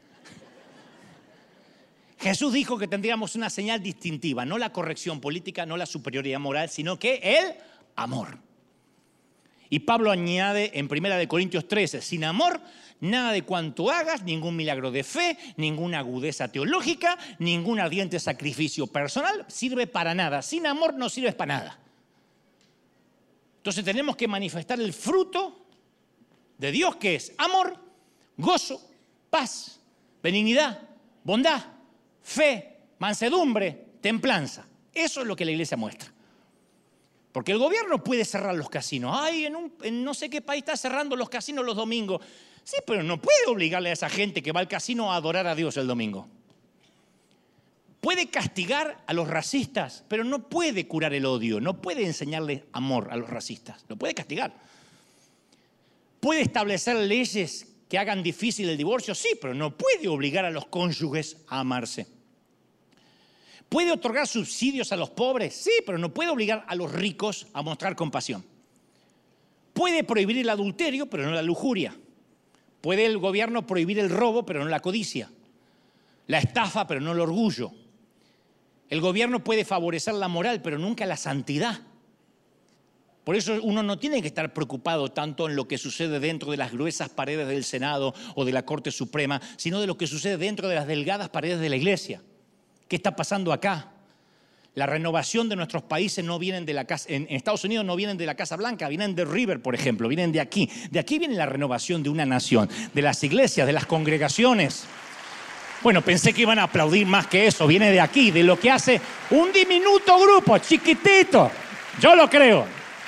Jesús dijo que tendríamos una señal distintiva, no la corrección política, no la superioridad moral, sino que el amor. Y Pablo añade en primera de Corintios trece, sin amor, nada de cuanto hagas, ningún milagro de fe, ninguna agudeza teológica, ningún ardiente sacrificio personal sirve para nada. Sin amor no sirves para nada. Entonces tenemos que manifestar el fruto de Dios, que es amor, gozo, paz, benignidad, bondad, fe, mansedumbre, templanza. Eso es lo que la iglesia muestra. Porque el gobierno puede cerrar los casinos. Ay, en, un, en no sé qué país está cerrando los casinos los domingos. Sí, pero no puede obligarle a esa gente que va al casino a adorar a Dios el domingo. Puede castigar a los racistas, pero no puede curar el odio, no puede enseñarles amor a los racistas, lo puede castigar. Puede establecer leyes que hagan difícil el divorcio, sí, pero no puede obligar a los cónyuges a amarse. Puede otorgar subsidios a los pobres, sí, pero no puede obligar a los ricos a mostrar compasión. Puede prohibir el adulterio, pero no la lujuria. Puede el gobierno prohibir el robo, pero no la codicia. La estafa, pero no el orgullo. El gobierno puede favorecer la moral, pero nunca la santidad. Por eso uno no tiene que estar preocupado tanto en lo que sucede dentro de las gruesas paredes del Senado o de la Corte Suprema, sino de lo que sucede dentro de las delgadas paredes de la iglesia. ¿Qué está pasando acá? La renovación de nuestros países no vienen de la casa, en Estados Unidos no vienen de la Casa Blanca, vienen de River, por ejemplo, vienen de aquí. De aquí viene la renovación de una nación, de las iglesias, de las congregaciones. Bueno, pensé que iban a aplaudir más que eso. Viene de aquí, de lo que hace un diminuto grupo, chiquitito. Yo lo creo.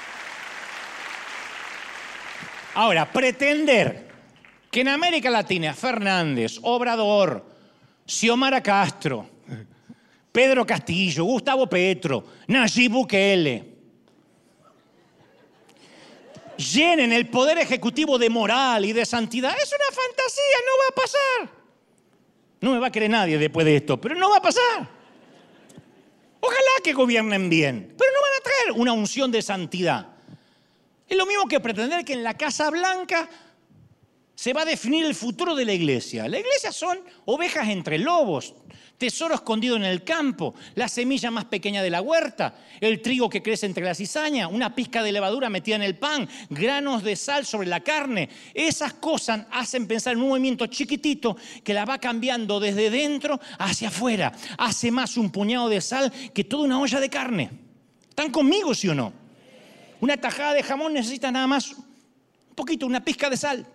Ahora, pretender que en América Latina Fernández, Obrador, Xiomara Castro, Pedro Castillo, Gustavo Petro, Nayib Bukele llenen el poder ejecutivo de moral y de santidad, es una fantasía, no va a pasar. No me va a creer nadie después de esto, pero no va a pasar. Ojalá que gobiernen bien, pero no van a traer una unción de santidad. Es lo mismo que pretender que en la Casa Blanca se va a definir el futuro de la iglesia. La iglesia son ovejas entre lobos, tesoro escondido en el campo, la semilla más pequeña de la huerta, el trigo que crece entre la cizaña, una pizca de levadura metida en el pan, granos de sal sobre la carne. Esas cosas hacen pensar en un movimiento chiquitito que la va cambiando desde dentro hacia afuera. Hace más un puñado de sal que toda una olla de carne. ¿Están conmigo, sí o no? Una tajada de jamón necesita nada más un poquito, una pizca de sal.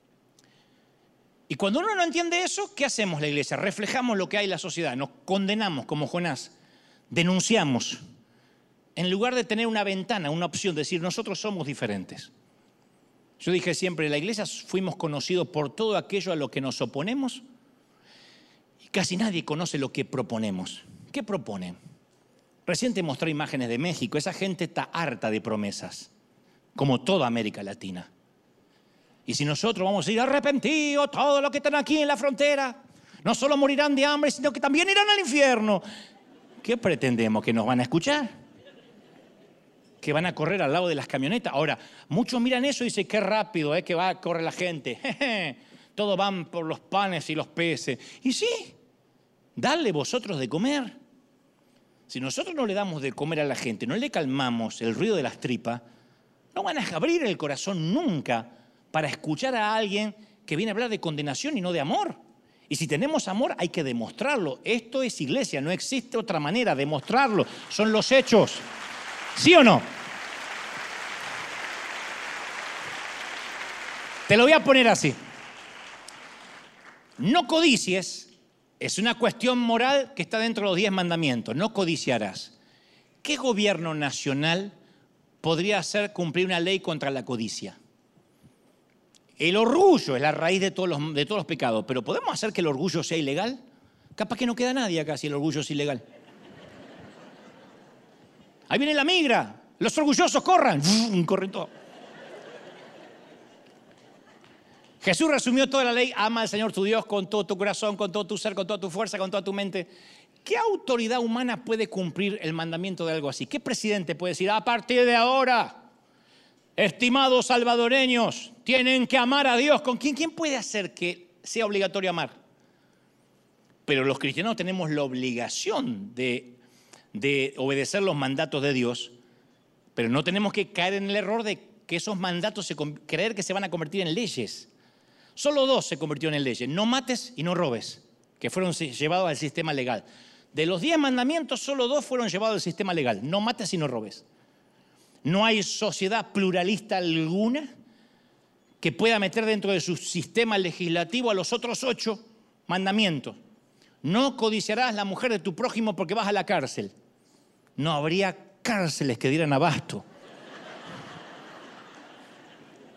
Y cuando uno no entiende eso, ¿qué hacemos la iglesia? Reflejamos lo que hay en la sociedad, nos condenamos como Jonás, denunciamos. En lugar de tener una ventana, una opción, decir nosotros somos diferentes. Yo dije siempre, en la iglesia fuimos conocidos por todo aquello a lo que nos oponemos y casi nadie conoce lo que proponemos. ¿Qué proponen? Recién te mostré imágenes de México, esa gente está harta de promesas, como toda América Latina. Y si nosotros vamos a ir arrepentidos, todos los que están aquí en la frontera, no solo morirán de hambre, sino que también irán al infierno. ¿Qué pretendemos? ¿Que nos van a escuchar? ¿Que van a correr al lado de las camionetas? Ahora, muchos miran eso y dicen, qué rápido es que va a correr la gente. Jeje, todos van por los panes y los peces. Y sí, dale vosotros de comer. Si nosotros no le damos de comer a la gente, no le calmamos el ruido de las tripas, no van a abrir el corazón nunca para escuchar a alguien que viene a hablar de condenación y no de amor. Y si tenemos amor hay que demostrarlo. Esto es iglesia, no existe otra manera de demostrarlo. Son los hechos. ¿Sí o no? Te lo voy a poner así. No codicies es una cuestión moral que está dentro de los diez mandamientos. No codiciarás. ¿Qué gobierno nacional podría hacer cumplir una ley contra la codicia? El orgullo es la raíz de todos los, de todos los pecados, pero ¿podemos hacer que el orgullo sea ilegal? Capaz que no queda nadie acá si el orgullo es ilegal. Ahí viene la migra, los orgullosos corran, corren todos. Jesús resumió toda la ley, ama al Señor tu Dios con todo tu corazón, con todo tu ser, con toda tu fuerza, con toda tu mente. ¿Qué autoridad humana puede cumplir el mandamiento de algo así? ¿Qué presidente puede decir, a partir de ahora, estimados salvadoreños, tienen que amar a Dios? ¿Con quién? ¿Quién puede hacer que sea obligatorio amar? Pero los cristianos tenemos la obligación de, de obedecer los mandatos de Dios, pero no tenemos que caer en el error de que esos mandatos, se, creer que se van a convertir en leyes. Solo dos se convirtieron en leyes, no mates y no robes, que fueron llevados al sistema legal. De los diez mandamientos, solo dos fueron llevados al sistema legal, no mates y no robes. No hay sociedad pluralista alguna que pueda meter dentro de su sistema legislativo a los otros ocho mandamientos. No codiciarás la mujer de tu prójimo porque vas a la cárcel. No habría cárceles que dieran abasto.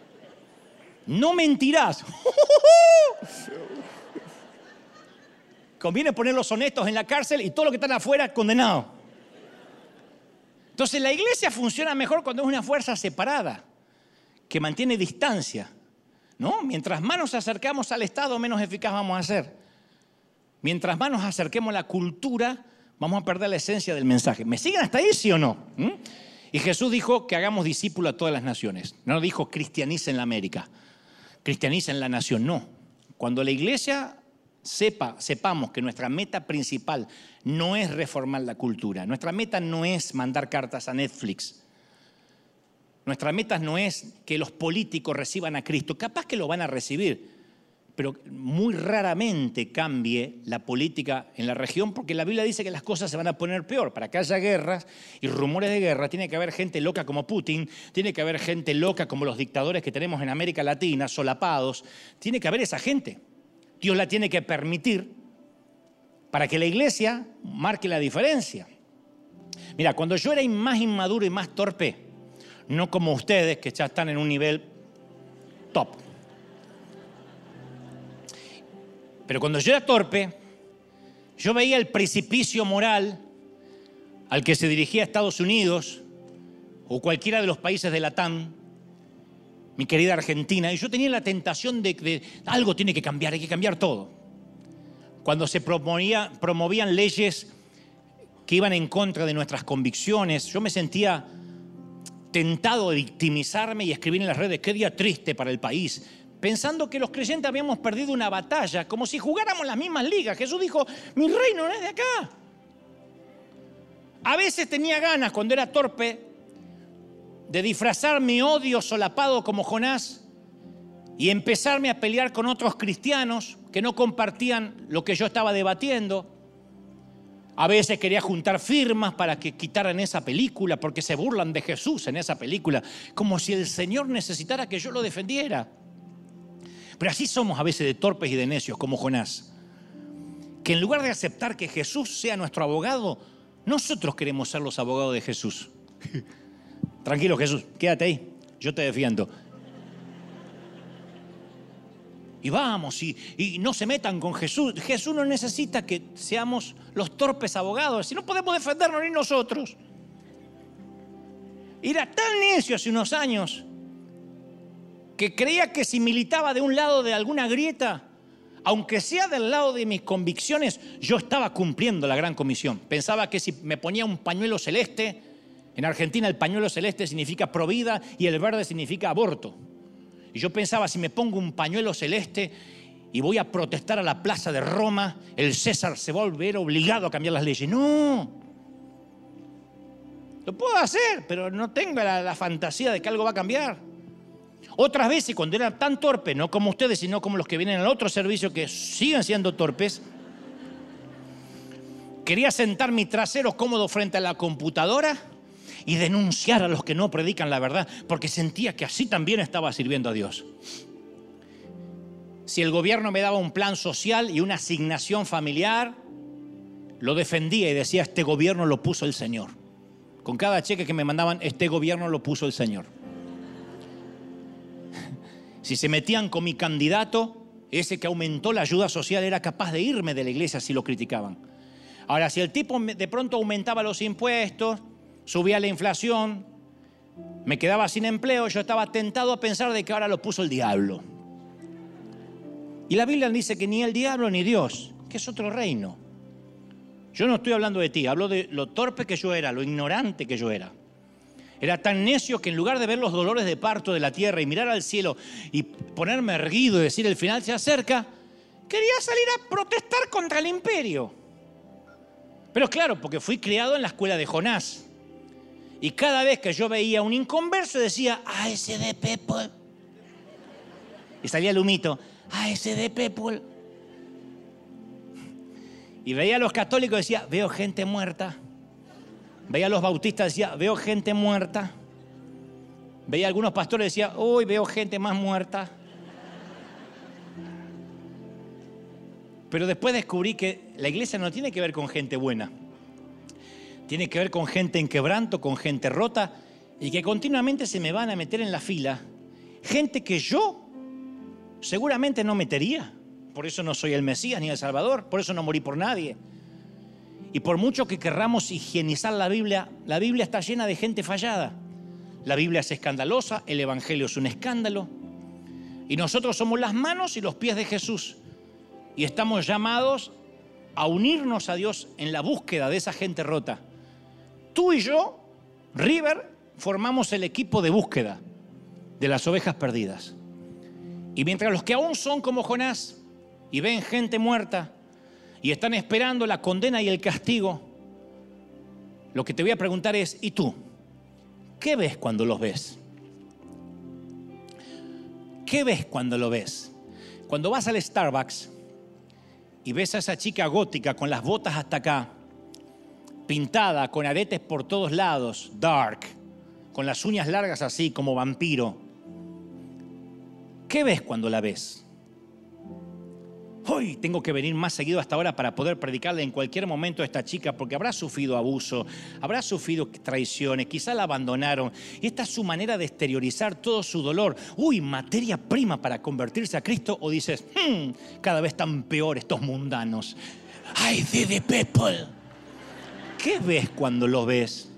No mentirás. Conviene poner los honestos en la cárcel y todos los que están afuera condenados. Entonces la iglesia funciona mejor cuando es una fuerza separada, que mantiene distancia, ¿no? Mientras más nos acercamos al Estado, menos eficaz vamos a ser. Mientras más nos acerquemos a la cultura, vamos a perder la esencia del mensaje. ¿Me siguen hasta ahí, sí o no? ¿Mm? Y Jesús dijo que hagamos discípulos a todas las naciones. No dijo cristianicen la América, cristianicen la nación, no. Cuando la iglesia sepa, sepamos que nuestra meta principal no es reformar la cultura, nuestra meta no es mandar cartas a Netflix, nuestra meta no es que los políticos reciban a Cristo, capaz que lo van a recibir, pero muy raramente cambie la política en la región, porque la Biblia dice que las cosas se van a poner peor. Para que haya guerras y rumores de guerra, tiene que haber gente loca como Putin, tiene que haber gente loca como los dictadores que tenemos en América Latina, solapados, tiene que haber esa gente. Dios la tiene que permitir para que la iglesia marque la diferencia. Mira, cuando yo era más inmaduro y más torpe, no como ustedes que ya están en un nivel top, pero cuando yo era torpe, yo veía el precipicio moral al que se dirigía Estados Unidos o cualquiera de los países de Latam, mi querida Argentina, y yo tenía la tentación de que algo tiene que cambiar, hay que cambiar todo. Cuando se promovía, promovían leyes que iban en contra de nuestras convicciones, yo me sentía tentado de victimizarme y escribir en las redes, qué día triste para el país, pensando que los creyentes habíamos perdido una batalla, como si jugáramos las mismas ligas. Jesús dijo, mi reino no es de acá. A veces tenía ganas, cuando era torpe, de disfrazar mi odio solapado como Jonás y empezarme a pelear con otros cristianos que no compartían lo que yo estaba debatiendo. A veces quería juntar firmas para que quitaran esa película, porque se burlan de Jesús en esa película, como si el Señor necesitara que yo lo defendiera. Pero así somos a veces de torpes y de necios, como Jonás, que en lugar de aceptar que Jesús sea nuestro abogado, nosotros queremos ser los abogados de Jesús. Tranquilo, Jesús, quédate ahí, yo te defiendo. Y vamos, y, y no se metan con Jesús. Jesús no necesita que seamos los torpes abogados, si no podemos defendernos ni nosotros. Era tan necio hace unos años que creía que si militaba de un lado de alguna grieta, aunque sea del lado de mis convicciones, yo estaba cumpliendo la gran comisión. Pensaba que si me ponía un pañuelo celeste, en Argentina el pañuelo celeste significa provida y el verde significa aborto. Y yo pensaba, si me pongo un pañuelo celeste y voy a protestar a la plaza de Roma, el César se va a volver obligado a cambiar las leyes. No, lo puedo hacer, pero no tengo la, la fantasía de que algo va a cambiar. Otras veces, cuando era tan torpe, no como ustedes, sino como los que vienen al otro servicio que siguen siendo torpes, quería sentar mi trasero cómodo frente a la computadora y denunciar a los que no predican la verdad, porque sentía que así también estaba sirviendo a Dios. Si el gobierno me daba un plan social y una asignación familiar, lo defendía y decía, este gobierno lo puso el Señor. Con cada cheque que me mandaban, este gobierno lo puso el Señor. Si se metían con mi candidato, ese que aumentó la ayuda social, era capaz de irme de la iglesia si lo criticaban. Ahora, si el tipo de pronto aumentaba los impuestos, subía la inflación, me quedaba sin empleo, yo estaba tentado a pensar de que ahora lo puso el diablo. Y la Biblia dice que ni el diablo ni Dios, que es otro reino. Yo no estoy hablando de ti, hablo de lo torpe que yo era, lo ignorante que yo era. Era tan necio que en lugar de ver los dolores de parto de la tierra y mirar al cielo y ponerme erguido y decir el final se acerca, quería salir a protestar contra el imperio. Pero claro, porque fui criado en la escuela de Jonás. Y cada vez que yo veía un inconverso decía, A S D people. Y salía el humito, A S D people. Y veía a los católicos y decía, veo gente muerta. Veía a los bautistas y decía, veo gente muerta. Veía a algunos pastores y decía, uy, veo gente más muerta. Pero después descubrí que la iglesia no tiene que ver con gente buena. Tiene que ver con gente en quebranto, con gente rota y que continuamente se me van a meter en la fila. Gente que yo seguramente no metería. Por eso no soy el Mesías ni el Salvador. Por eso no morí por nadie. Y por mucho que querramos higienizar la Biblia, la Biblia está llena de gente fallada. La Biblia es escandalosa, el Evangelio es un escándalo. Y nosotros somos las manos y los pies de Jesús. Y estamos llamados a unirnos a Dios en la búsqueda de esa gente rota. Tú y yo, River, formamos el equipo de búsqueda de las ovejas perdidas. Y mientras los que aún son como Jonás y ven gente muerta y están esperando la condena y el castigo, lo que te voy a preguntar es, ¿y tú? ¿Qué ves cuando los ves? ¿Qué ves cuando lo ves? Cuando vas al Starbucks y ves a esa chica gótica con las botas hasta acá, pintada, con aretes por todos lados, dark, con las uñas largas así como vampiro, ¿qué ves cuando la ves? Hoy tengo que venir más seguido hasta ahora para poder predicarle en cualquier momento a esta chica, porque habrá sufrido abuso, habrá sufrido traiciones, quizá la abandonaron. Y esta es su manera de exteriorizar todo su dolor. Uy, materia prima para convertirse a Cristo. O dices, hmm, cada vez están peor estos mundanos. I see the people. ¿Qué ves cuando los ves?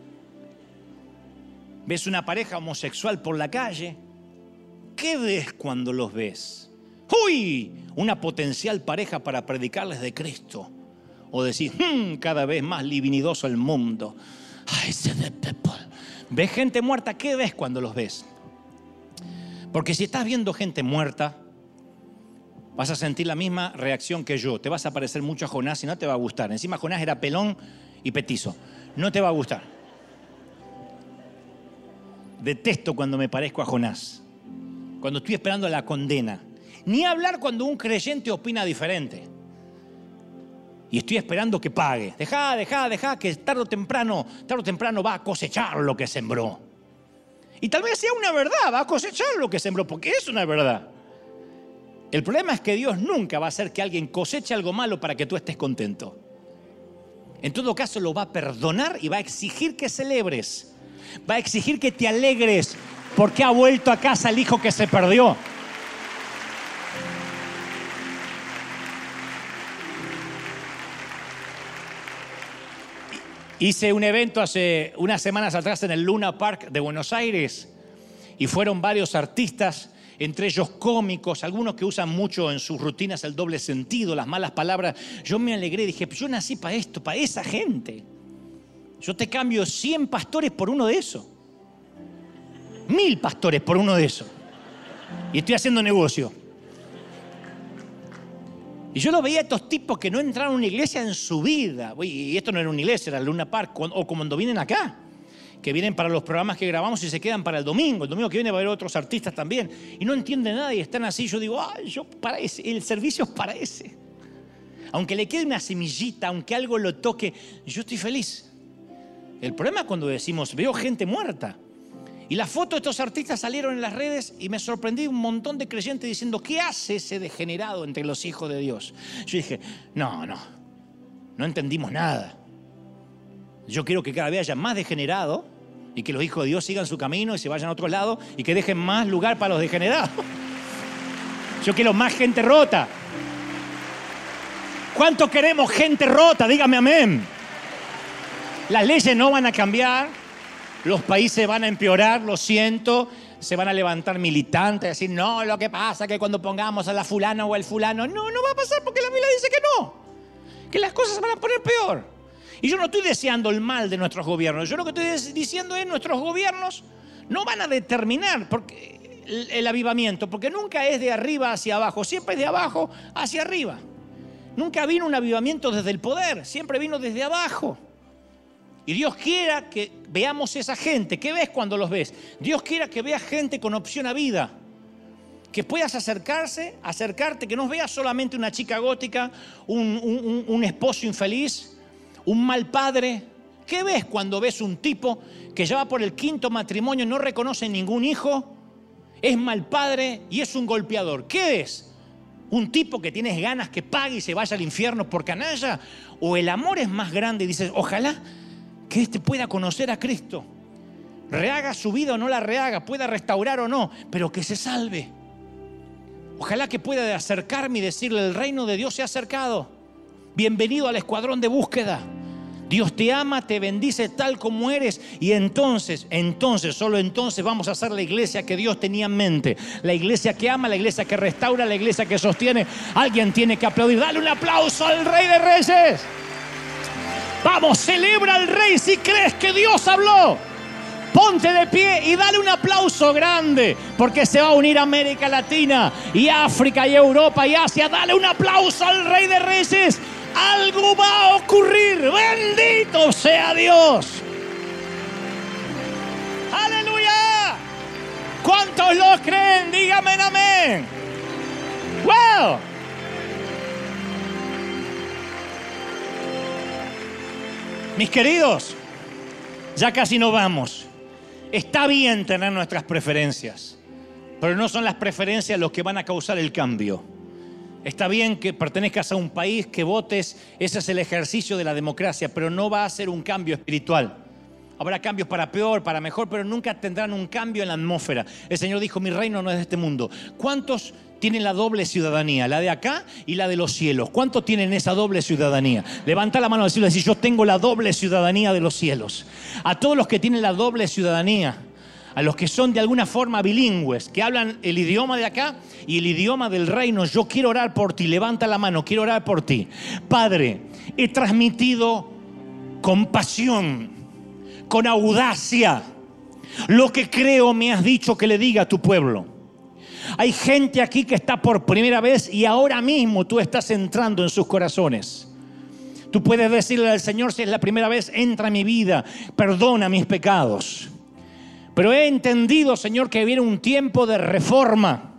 ¿Ves una pareja homosexual por la calle? ¿Qué ves cuando los ves? ¡Uy! Una potencial pareja para predicarles de Cristo. O decir, hmm, cada vez más libidinoso el mundo. I see the people. ¿Ves gente muerta? ¿Qué ves cuando los ves? Porque si estás viendo gente muerta, vas a sentir la misma reacción que yo. Te vas a parecer mucho a Jonás y no te va a gustar. Encima Jonás era pelón y petizo. No te va a gustar. Detesto cuando me parezco a Jonás. Cuando estoy esperando la condena. Ni hablar cuando un creyente opina diferente. Y estoy esperando que pague. Dejá, dejá, dejá, que tarde o temprano, tarde o temprano va a cosechar lo que sembró. Y tal vez sea una verdad, va a cosechar lo que sembró, porque es una verdad. El problema es que Dios nunca va a hacer que alguien coseche algo malo para que tú estés contento. En todo caso lo va a perdonar y va a exigir que celebres. Va a exigir que te alegres porque ha vuelto a casa el hijo que se perdió. Hice un evento hace unas semanas atrás en el Luna Park de Buenos Aires y fueron varios artistas, entre ellos cómicos, algunos que usan mucho en sus rutinas el doble sentido, las malas palabras. Yo me alegré, dije, yo nací para esto, para esa gente. Yo te cambio cien pastores por uno de esos. Mil pastores por uno de esos. Y estoy haciendo negocio. Y yo lo veía a estos tipos que no entraron a una iglesia en su vida. Y esto no era una iglesia, era el Luna Park. O cuando vienen acá, que vienen para los programas que grabamos y se quedan para el domingo. El domingo que viene va a haber otros artistas también. Y no entienden nada y están así. Yo digo, ay, yo para ese, el servicio es para ese. Aunque le quede una semillita, aunque algo lo toque, yo estoy feliz. El problema es cuando decimos, veo gente muerta. Y las fotos de estos artistas salieron en las redes y me sorprendí un montón de creyentes diciendo, ¿qué hace ese degenerado entre los hijos de Dios? Yo dije, no, no, no entendimos nada. Yo quiero que cada vez haya más degenerados y que los hijos de Dios sigan su camino y se vayan a otro lado y que dejen más lugar para los degenerados. Yo quiero más gente rota. ¿Cuánto queremos gente rota? Dígame amén. Las leyes no van a cambiar. Los países van a empeorar, lo siento. Se van a levantar militantes y decir, no, lo que pasa es que cuando pongamos a la fulana o al fulano, no, no va a pasar porque la Biblia dice que no. Que las cosas se van a poner peor. Y yo no estoy deseando el mal de nuestros gobiernos. Yo lo que estoy diciendo es, nuestros gobiernos no van a determinar porque el, el avivamiento, porque nunca es de arriba hacia abajo, siempre es de abajo hacia arriba. Nunca vino un avivamiento desde el poder, siempre vino desde abajo. Y Dios quiera que veamos esa gente. ¿Qué ves cuando los ves? Dios quiera que veas gente con opción a vida. Que puedas acercarse, acercarte, que no veas solamente una chica gótica, un, un, un esposo infeliz, un mal padre. ¿Qué ves cuando ves un tipo que ya va por el quinto matrimonio, no reconoce ningún hijo, es mal padre y es un golpeador? ¿Qué ves? ¿Un tipo que tienes ganas que pague y se vaya al infierno por canalla? ¿O el amor es más grande y dices, ojalá que este pueda conocer a Cristo, rehaga su vida o no la rehaga, pueda restaurar o no, pero que se salve? Ojalá que pueda acercarme y decirle, el reino de Dios se ha acercado. Bienvenido al escuadrón de búsqueda. Dios te ama, te bendice tal como eres. Y entonces, entonces, solo entonces vamos a ser la iglesia que Dios tenía en mente. La iglesia que ama, la iglesia que restaura, la iglesia que sostiene. Alguien tiene que aplaudir. Dale un aplauso al Rey de Reyes. Vamos, celebra al Rey si crees que Dios habló. Ponte de pie y dale un aplauso grande, porque se va a unir América Latina y África y Europa y Asia. Dale un aplauso al Rey de Reyes. Algo va a ocurrir. Bendito sea Dios. Aleluya. ¿Cuántos lo creen? Dígame amén. Wow. Mis queridos, ya casi nos vamos. Está bien tener nuestras preferencias, pero no son las preferencias los que van a causar el cambio. Está bien que pertenezcas a un país, que votes, ese es el ejercicio de la democracia, pero no va a ser un cambio espiritual. Habrá cambios para peor, para mejor, pero nunca tendrán un cambio en la atmósfera. El Señor dijo, mi reino no es de este mundo. ¿Cuántos tienen la doble ciudadanía? La de acá y la de los cielos. ¿Cuántos tienen esa doble ciudadanía? Levanta la mano al cielo y decir, yo tengo la doble ciudadanía de los cielos. A todos los que tienen la doble ciudadanía, a los que son de alguna forma bilingües, que hablan el idioma de acá y el idioma del reino, yo quiero orar por ti. Levanta la mano, quiero orar por ti. Padre, he transmitido con pasión, con audacia, lo que creo me has dicho que le diga a tu pueblo. Hay gente aquí que está por primera vez y ahora mismo tú estás entrando en sus corazones. Tú puedes decirle al Señor, si es la primera vez, entra en mi vida, perdona mis pecados. Pero he entendido, Señor, que viene un tiempo de reforma.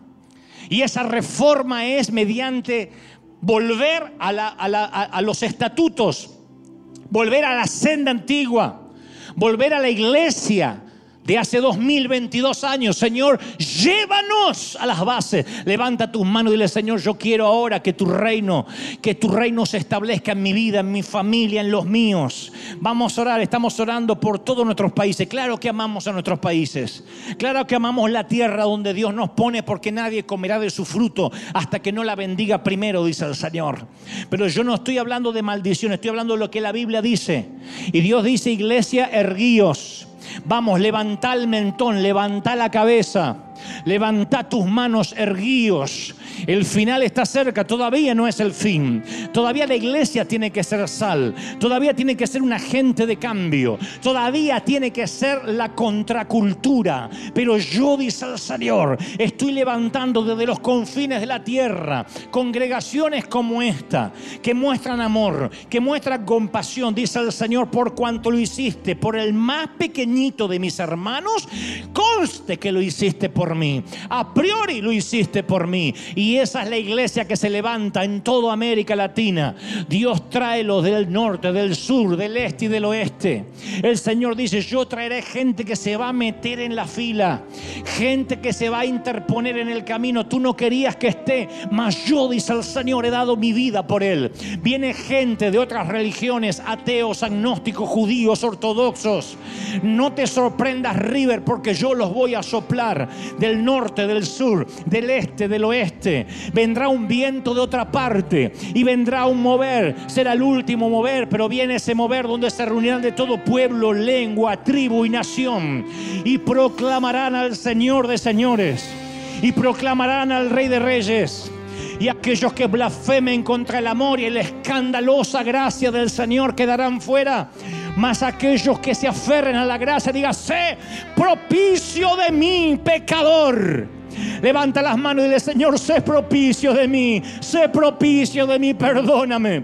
Y esa reforma es mediante volver a, la, a, la, a, a los estatutos, volver a la senda antigua, volver a la iglesia de hace dos mil veintidós años. Señor, llévanos a las bases. Levanta tus manos y dile, Señor, yo quiero ahora que tu reino, que tu reino se establezca en mi vida, en mi familia, en los míos. Vamos a orar, estamos orando por todos nuestros países. Claro que amamos a nuestros países. Claro que amamos la tierra donde Dios nos pone, porque nadie comerá de su fruto hasta que no la bendiga primero, dice el Señor. Pero yo no estoy hablando de maldición, estoy hablando de lo que la Biblia dice. Y Dios dice, iglesia, erguíos. Vamos, levanta el mentón, levanta la cabeza, levanta tus manos, erguíos. El final está cerca, todavía no es el fin. Todavía la iglesia tiene que ser sal, todavía tiene que ser un agente de cambio, todavía tiene que ser la contracultura. Pero yo, dice el Señor, estoy levantando desde los confines de la tierra congregaciones como esta, que muestran amor, que muestran compasión, dice el Señor, por cuanto lo hiciste por el más pequeñito de mis hermanos, conste que lo hiciste por mí. A priori lo hiciste por mí. Y esa es la iglesia que se levanta en toda América Latina. Dios trae los del norte, del sur, del este y del oeste. El Señor dice, yo traeré gente que se va a meter en la fila, gente que se va a interponer en el camino. Tú no querías que esté, mas yo, dice el Señor, he dado mi vida por él. Viene gente de otras religiones, ateos, agnósticos, judíos, ortodoxos. No te sorprendas, River, porque yo los voy a soplar del norte, del sur, del este, del oeste. Vendrá un viento de otra parte y vendrá un mover. Será el último mover, pero viene ese mover donde se reunirán de todo pueblo, lengua, tribu y nación, y proclamarán al Señor de señores y proclamarán al Rey de reyes. Y aquellos que blasfemen contra el amor y la escandalosa gracia del Señor quedarán fuera. Mas aquellos que se aferren a la gracia, digan, sé propicio de mí, pecador. Levanta las manos y dile, Señor, sé propicio de mí, sé propicio de mí, perdóname.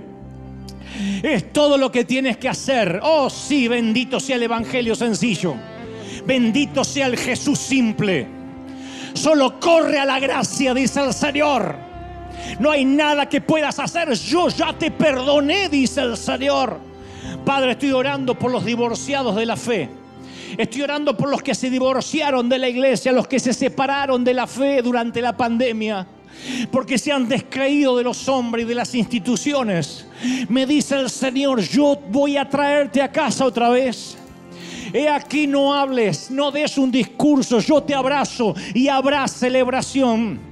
Es todo lo que tienes que hacer. Oh sí, bendito sea el evangelio sencillo, bendito sea el Jesús simple. Solo corre a la gracia, dice el Señor. No hay nada que puedas hacer, yo ya te perdoné, dice el Señor. Padre, estoy orando por los divorciados de la fe. Estoy orando por los que se divorciaron de la iglesia, los que se separaron de la fe durante la pandemia, porque se han descreído de los hombres y de las instituciones. Me dice el Señor, yo voy a traerte a casa otra vez. He aquí, no hables, no des un discurso, yo te abrazo y habrá celebración.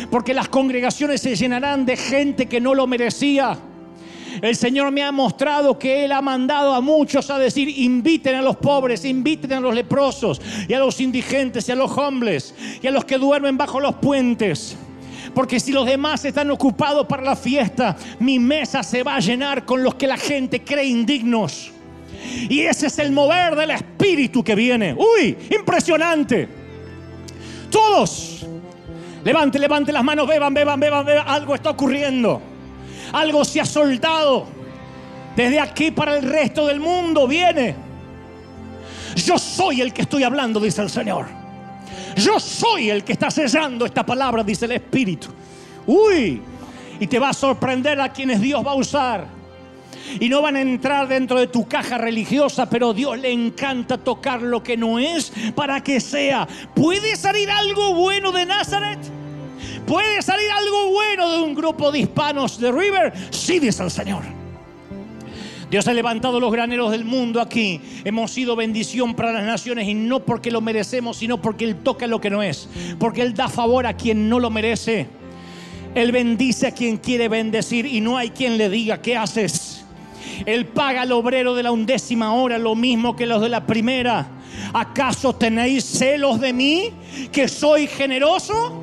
porque las congregaciones se llenarán de gente que no lo merecía. El Señor me ha mostrado que Él ha mandado a muchos a decir: inviten a los pobres, inviten a los leprosos y a los indigentes y a los homeless y a los que duermen bajo los puentes. Porque si los demás están ocupados para la fiesta, mi mesa se va a llenar con los que la gente cree indignos. Y ese es el mover del Espíritu que viene. ¡Uy! ¡Impresionante! Todos, levante, levante las manos, beban, beban, beban, beban. Algo está ocurriendo. Algo se ha soltado. Desde aquí para el resto del mundo viene. Yo soy el que estoy hablando, dice el Señor. Yo soy el que está sellando esta palabra, dice el Espíritu. Uy, y te va a sorprender a quienes Dios va a usar. Y no van a entrar dentro de tu caja religiosa, pero Dios le encanta tocar lo que no es para que sea. ¿Puede salir algo bueno de Nazaret? ¿Puede salir algo bueno de un grupo de hispanos de River? Sí, dice el Señor. Dios ha levantado los graneros del mundo aquí. Hemos sido bendición para las naciones, y no porque lo merecemos, sino porque Él toca lo que no es. Porque Él da favor a quien no lo merece. Él bendice a quien quiere bendecir y no hay quien le diga: ¿qué haces? Él paga al obrero de la undécima hora lo mismo que los de la primera. ¿Acaso tenéis celos de mí, que soy generoso?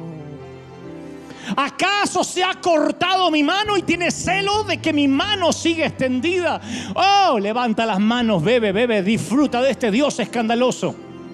¿Acaso se ha cortado mi mano y tiene celo de que mi mano sigue extendida? Oh, levanta las manos, bebe, bebe, disfruta de este Dios escandaloso.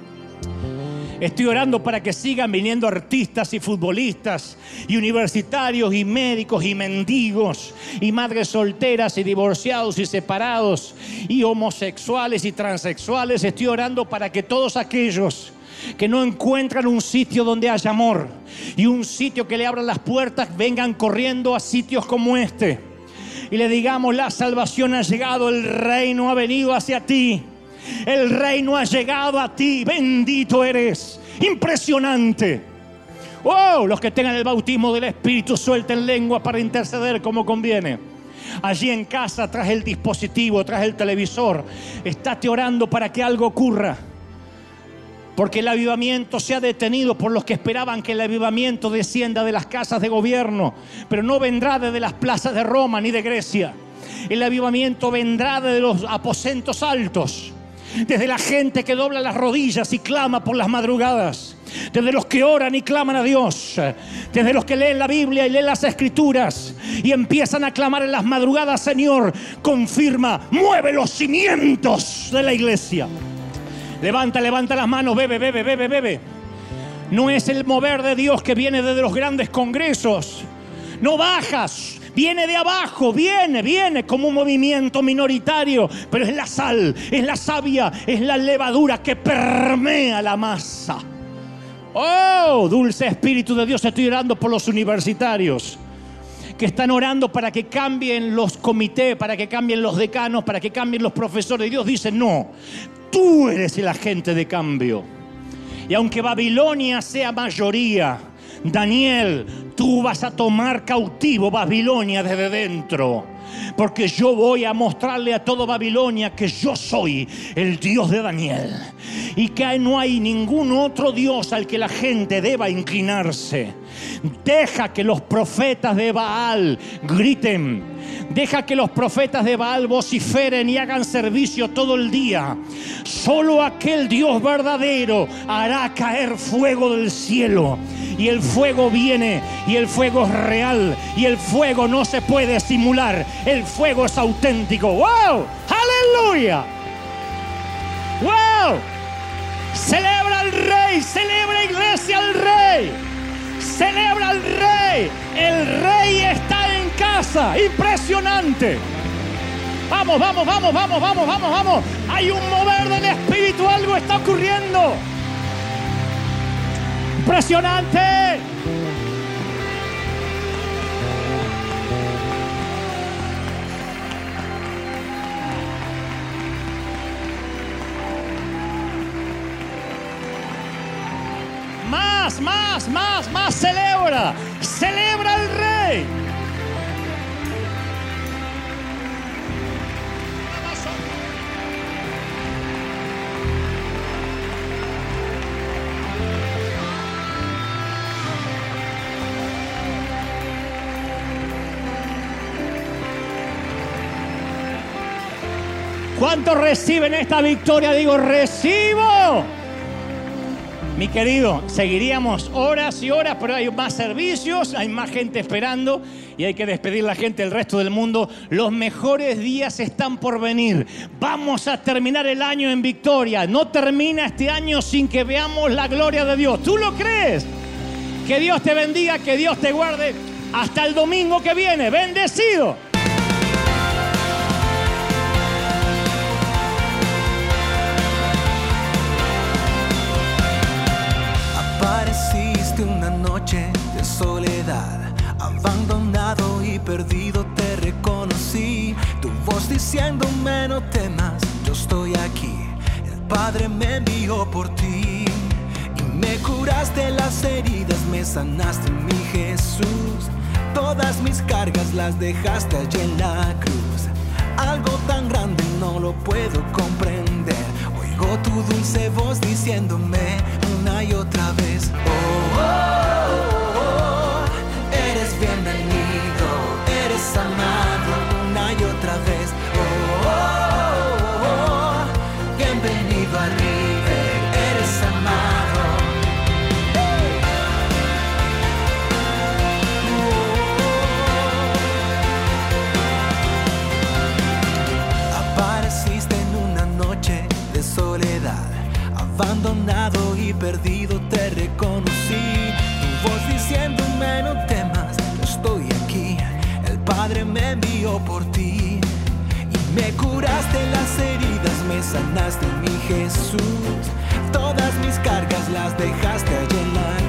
Estoy orando para que sigan viniendo artistas y futbolistas y universitarios y médicos y mendigos y madres solteras y divorciados y separados y homosexuales y transexuales. Estoy orando para que todos aquellos que no encuentran un sitio donde haya amor y un sitio que le abra las puertas, vengan corriendo a sitios como este y le digamos: la salvación ha llegado, el reino ha venido hacia ti, el reino ha llegado a ti, bendito eres. Impresionante. Oh, los que tengan el bautismo del Espíritu, suelten lengua para interceder como conviene. Allí en casa, tras el dispositivo, tras el televisor, estate orando para que algo ocurra. Porque el avivamiento se ha detenido por los que esperaban que el avivamiento descienda de las casas de gobierno, pero no vendrá desde las plazas de Roma ni de Grecia. El avivamiento vendrá desde los aposentos altos, desde la gente que dobla las rodillas y clama por las madrugadas, desde los que oran y claman a Dios, desde los que leen la Biblia y leen las Escrituras y empiezan a clamar en las madrugadas: Señor, confirma, mueve los cimientos de la iglesia. Levanta, levanta las manos, bebe, bebe, bebe, bebe. No es el mover de Dios que viene desde los grandes congresos. No bajas, viene de abajo, viene, viene como un movimiento minoritario, pero es la sal, es la savia, es la levadura que permea la masa. Oh, dulce Espíritu de Dios, estoy orando por los universitarios que están orando para que cambien los comités, para que cambien los decanos, para que cambien los profesores. Dios dice: no, tú eres el agente de cambio. Y aunque Babilonia sea mayoría, Daniel, tú vas a tomar cautivo Babilonia desde dentro. Porque yo voy a mostrarle a todo Babilonia que yo soy el Dios de Daniel. Y que no hay ningún otro Dios al que la gente deba inclinarse. Deja que los profetas de Baal griten. Deja que los profetas de Baal vociferen y hagan servicio todo el día. Solo aquel Dios verdadero hará caer fuego del cielo. Y el fuego viene, y el fuego es real, y el fuego no se puede simular. El fuego es auténtico. ¡Wow! ¡Aleluya! ¡Wow! Celebra al Rey, celebra, iglesia, al Rey. Celebra al Rey. El Rey está en casa. Impresionante. Vamos, vamos, vamos, vamos, vamos, vamos, vamos. Hay un mover del Espíritu, algo está ocurriendo. Impresionante. Más, más, más, más. Celebra, celebra al Rey. ¿Cuántos reciben esta victoria? Digo, recibo. Mi querido, seguiríamos horas y horas, pero hay más servicios, hay más gente esperando y hay que despedir a la gente del resto del mundo. Los mejores días están por venir. Vamos a terminar el año en victoria. No termina este año sin que veamos la gloria de Dios. ¿Tú lo crees? Que Dios te bendiga, que Dios te guarde. Hasta el domingo que viene. Bendecido. Apareciste una noche de soledad, abandonado y perdido te reconocí. Tu voz diciéndome no temas, yo estoy aquí. El Padre me envió por ti y me curaste las heridas, me sanaste, mi Jesús. Todas mis cargas las dejaste allí en la cruz. Algo tan grande no lo puedo comprender. Oigo tu dulce voz diciéndome una y otra vez: oh, oh, oh, oh, eres bienvenido, eres amado. Una y otra vez: oh, oh, oh, oh, bienvenido a River, eres amado. Hey. Oh, oh, oh. Apareciste en una noche de soledad, abandonado y perdido te reconocí. Tu voz diciéndome no temas, yo estoy aquí. El Padre me envió por ti y me curaste las heridas, me sanaste, mi Jesús. Todas mis cargas las dejaste allí en la